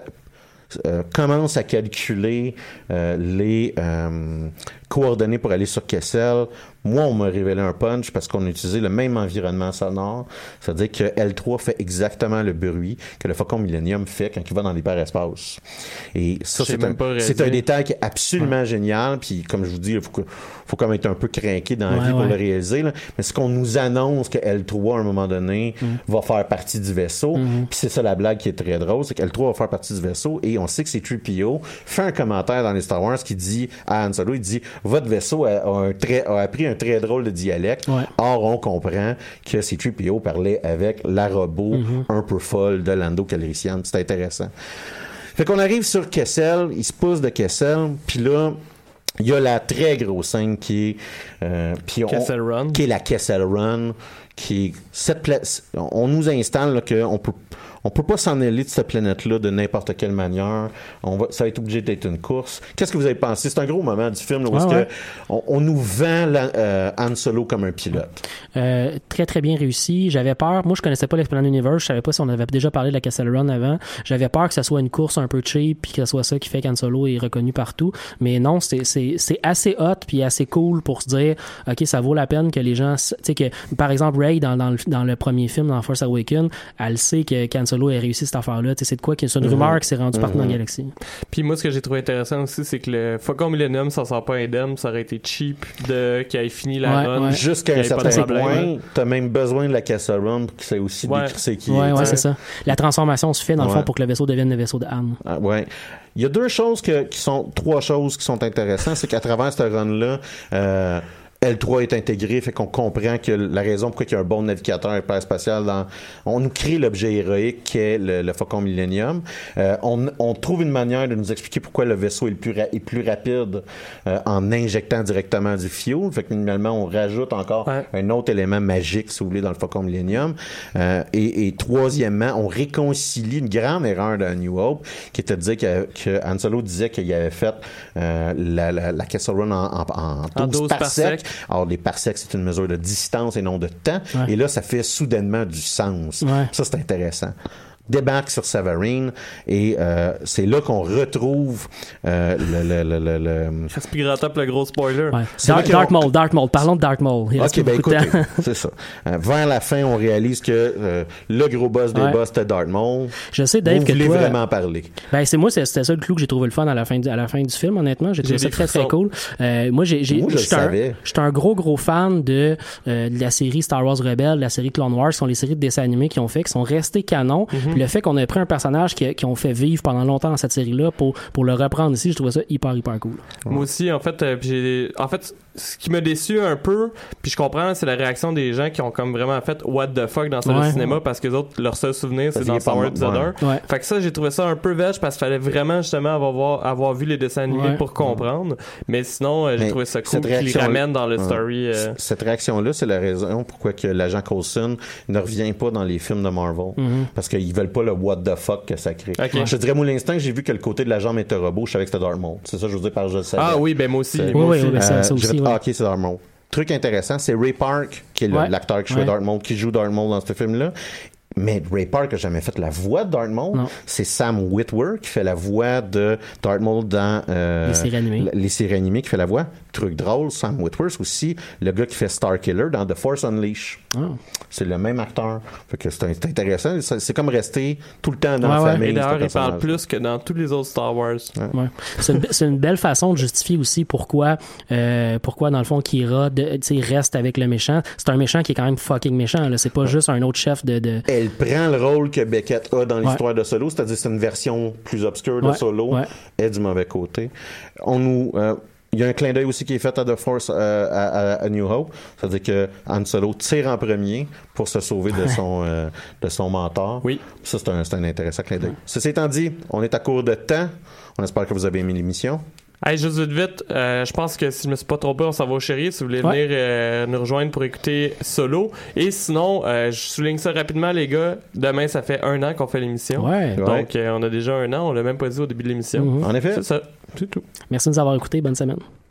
commence à calculer les coordonnées pour aller sur Kessel, moi, on m'a révélé un punch parce qu'on a utilisé le même environnement sonore. C'est-à-dire que L3 fait exactement le bruit que le Falcon Millennium fait quand il va dans l'hyperespace. Et ça, c'est un détail qui est absolument génial. Puis, comme je vous dis, il faut quand même être un peu craqué dans la vie pour le réaliser. Là. Mais ce qu'on nous annonce que L3, à un moment donné, va faire partie du vaisseau. Puis c'est ça la blague qui est très drôle, c'est que L3 va faire partie du vaisseau et on sait que c'est 3PO. Fait un commentaire dans les Star Wars qui dit à Han Solo, il dit « Votre vaisseau a appris un très drôle de dialecte. Or, on comprend que C-3PO parlait avec la robot un peu folle de Lando Calrissian. C'est intéressant. Fait qu'on arrive sur Kessel, il se pousse de Kessel, puis là, il y a la très grosse scène qui est Kessel Run. Qui est la Kessel Run, qui est cette place. On nous installe là, qu'on peut pas s'en aller de cette planète-là de n'importe quelle manière. Ça va être obligé d'être une course. Qu'est-ce que vous avez pensé? C'est un gros moment du film là, où on nous vend Han Solo comme un pilote. Très, très bien réussi. J'avais peur. Moi, je connaissais pas l'Expanded Universe. Je savais pas si on avait déjà parlé de la Kessel Run avant. J'avais peur que ça soit une course un peu cheap puis que ce soit ça qui fait qu'Han Solo est reconnu partout. Mais non, c'est assez hot puis assez cool pour se dire, OK, ça vaut la peine que les gens... Tu sais, que par exemple, Rey, dans le premier film, dans Force Awakens, elle sait que Han Solo a réussi cette affaire-là. C'est de quoi qu'il y a une rumeur qui s'est rendue partout dans la galaxie. Puis moi, ce que j'ai trouvé intéressant aussi, c'est que le Falcon Millennium, ça sort pas indemne. Ça aurait été cheap qu'il ait fini la run. Jusqu'à un certain point, t'as même besoin de la Kessel Run pour que ça aussi décrisser qui est. Ouais, c'est ça. La transformation se fait, dans le fond, pour que le vaisseau devienne le vaisseau de Han. Il y a trois choses qui sont intéressantes. C'est qu'à travers cette run-là, L3 est intégré, fait qu'on comprend que la raison pourquoi il y a un bon navigateur hyperspatial on nous crée l'objet héroïque qui est le Faucon Millennium. On trouve une manière de nous expliquer pourquoi le vaisseau est plus rapide en injectant directement du fuel. Fait que minimalement, on rajoute encore un autre élément magique, si vous voulez, dans le Faucon Millennium. Et troisièmement, on réconcilie une grande erreur de New Hope, qui était de dire que Han Solo disait qu'il avait fait la Kessel Run en 12 parsecs. Alors, les parsecs, c'est une mesure de distance et non de temps. Ouais. Et là, ça fait soudainement du sens. Ouais. Ça, c'est intéressant. Débarque sur Savarine et c'est là qu'on retrouve le Aspirateur, le gros spoiler. Ouais. Darth Maul. Parlons de Darth Maul. Ok, ben écoutez, c'est ça. Vers la fin, on réalise que le gros boss des boss, c'était Darth Maul. Je sais, Dave, que vous voulez vraiment parler. Ben c'était ça le clou que j'ai trouvé le fun à la fin du film, honnêtement. J'ai trouvé ça très, très cool. Moi, j'étais un gros fan de la série Star Wars Rebels, de la série Clone Wars, qui sont les séries de dessins animés qui sont restés canon. Mm-hmm. Le fait qu'on ait pris un personnage qui ont fait vivre pendant longtemps dans cette série-là pour le reprendre ici, je trouvais ça hyper cool. Moi aussi, en fait, ce qui m'a déçu un peu, puis je comprends, c'est la réaction des gens qui ont comme vraiment fait what the fuck dans le cinéma parce que les autres, leur seul souvenir, c'est dans Star Wars épisode 1. Ouais. Fait que ça, j'ai trouvé ça un peu veg parce qu'il fallait vraiment justement avoir vu les dessins animés pour comprendre. Mais sinon, j'ai trouvé ça cool qu'ils ramènent dans le story. Cette réaction-là, c'est la raison pourquoi que l'agent Coulson ne revient pas dans les films de Marvel. Mm-hmm. Parce qu'ils veulent pas le what the fuck que ça crée. Okay. Je te dirais, moi, l'instant que j'ai vu que le côté de l'agent Météorobot, je savais que c'était Darth Maul. C'est ça, je veux dire, par je le savais. Ah oui, ben moi aussi. Ça aussi. Ok, c'est Darth Maul. Truc intéressant, c'est Ray Park, qui est l'acteur qui joue Darth Maul, qui joue Darth Maul dans ce film-là. Mais Ray Park n'a jamais fait la voix de Darth Maul. Non. C'est Sam Witwer qui fait la voix de Darth Maul dans les séries animées, qui fait la voix. Truc drôle, Sam Witwer, c'est aussi le gars qui fait Starkiller dans The Force Unleashed. Oh. C'est le même acteur. Fait que c'est intéressant. C'est comme rester tout le temps dans la famille. Et d'ailleurs, il parle plus que dans tous les autres Star Wars. Ouais. C'est une belle façon de justifier aussi pourquoi dans le fond, Kira reste avec le méchant. C'est un méchant qui est quand même fucking méchant. Là. C'est pas juste un autre chef de... Elle prend le rôle que Beckett a dans l'histoire de Solo, c'est-à-dire c'est une version plus obscure de Solo. Elle est du mauvais côté. Il y a un clin d'œil aussi qui est fait à The Force, à New Hope. C'est-à-dire que Han Solo tire en premier pour se sauver de son mentor. Oui. Ça, c'est un intéressant clin d'œil. Ceci étant dit, on est à court de temps. On espère que vous avez aimé l'émission. Hey, juste vite, je pense que si je me suis pas trompé, on s'en va au Chéri. Si vous voulez venir nous rejoindre pour écouter Solo. Et sinon, je souligne ça rapidement, les gars. Demain, ça fait 1 an qu'on fait l'émission. Donc, on a déjà 1 an. On l'a même pas dit au début de l'émission. En effet. C'est ça. C'est tout. Merci de nous avoir écoutés. Bonne semaine.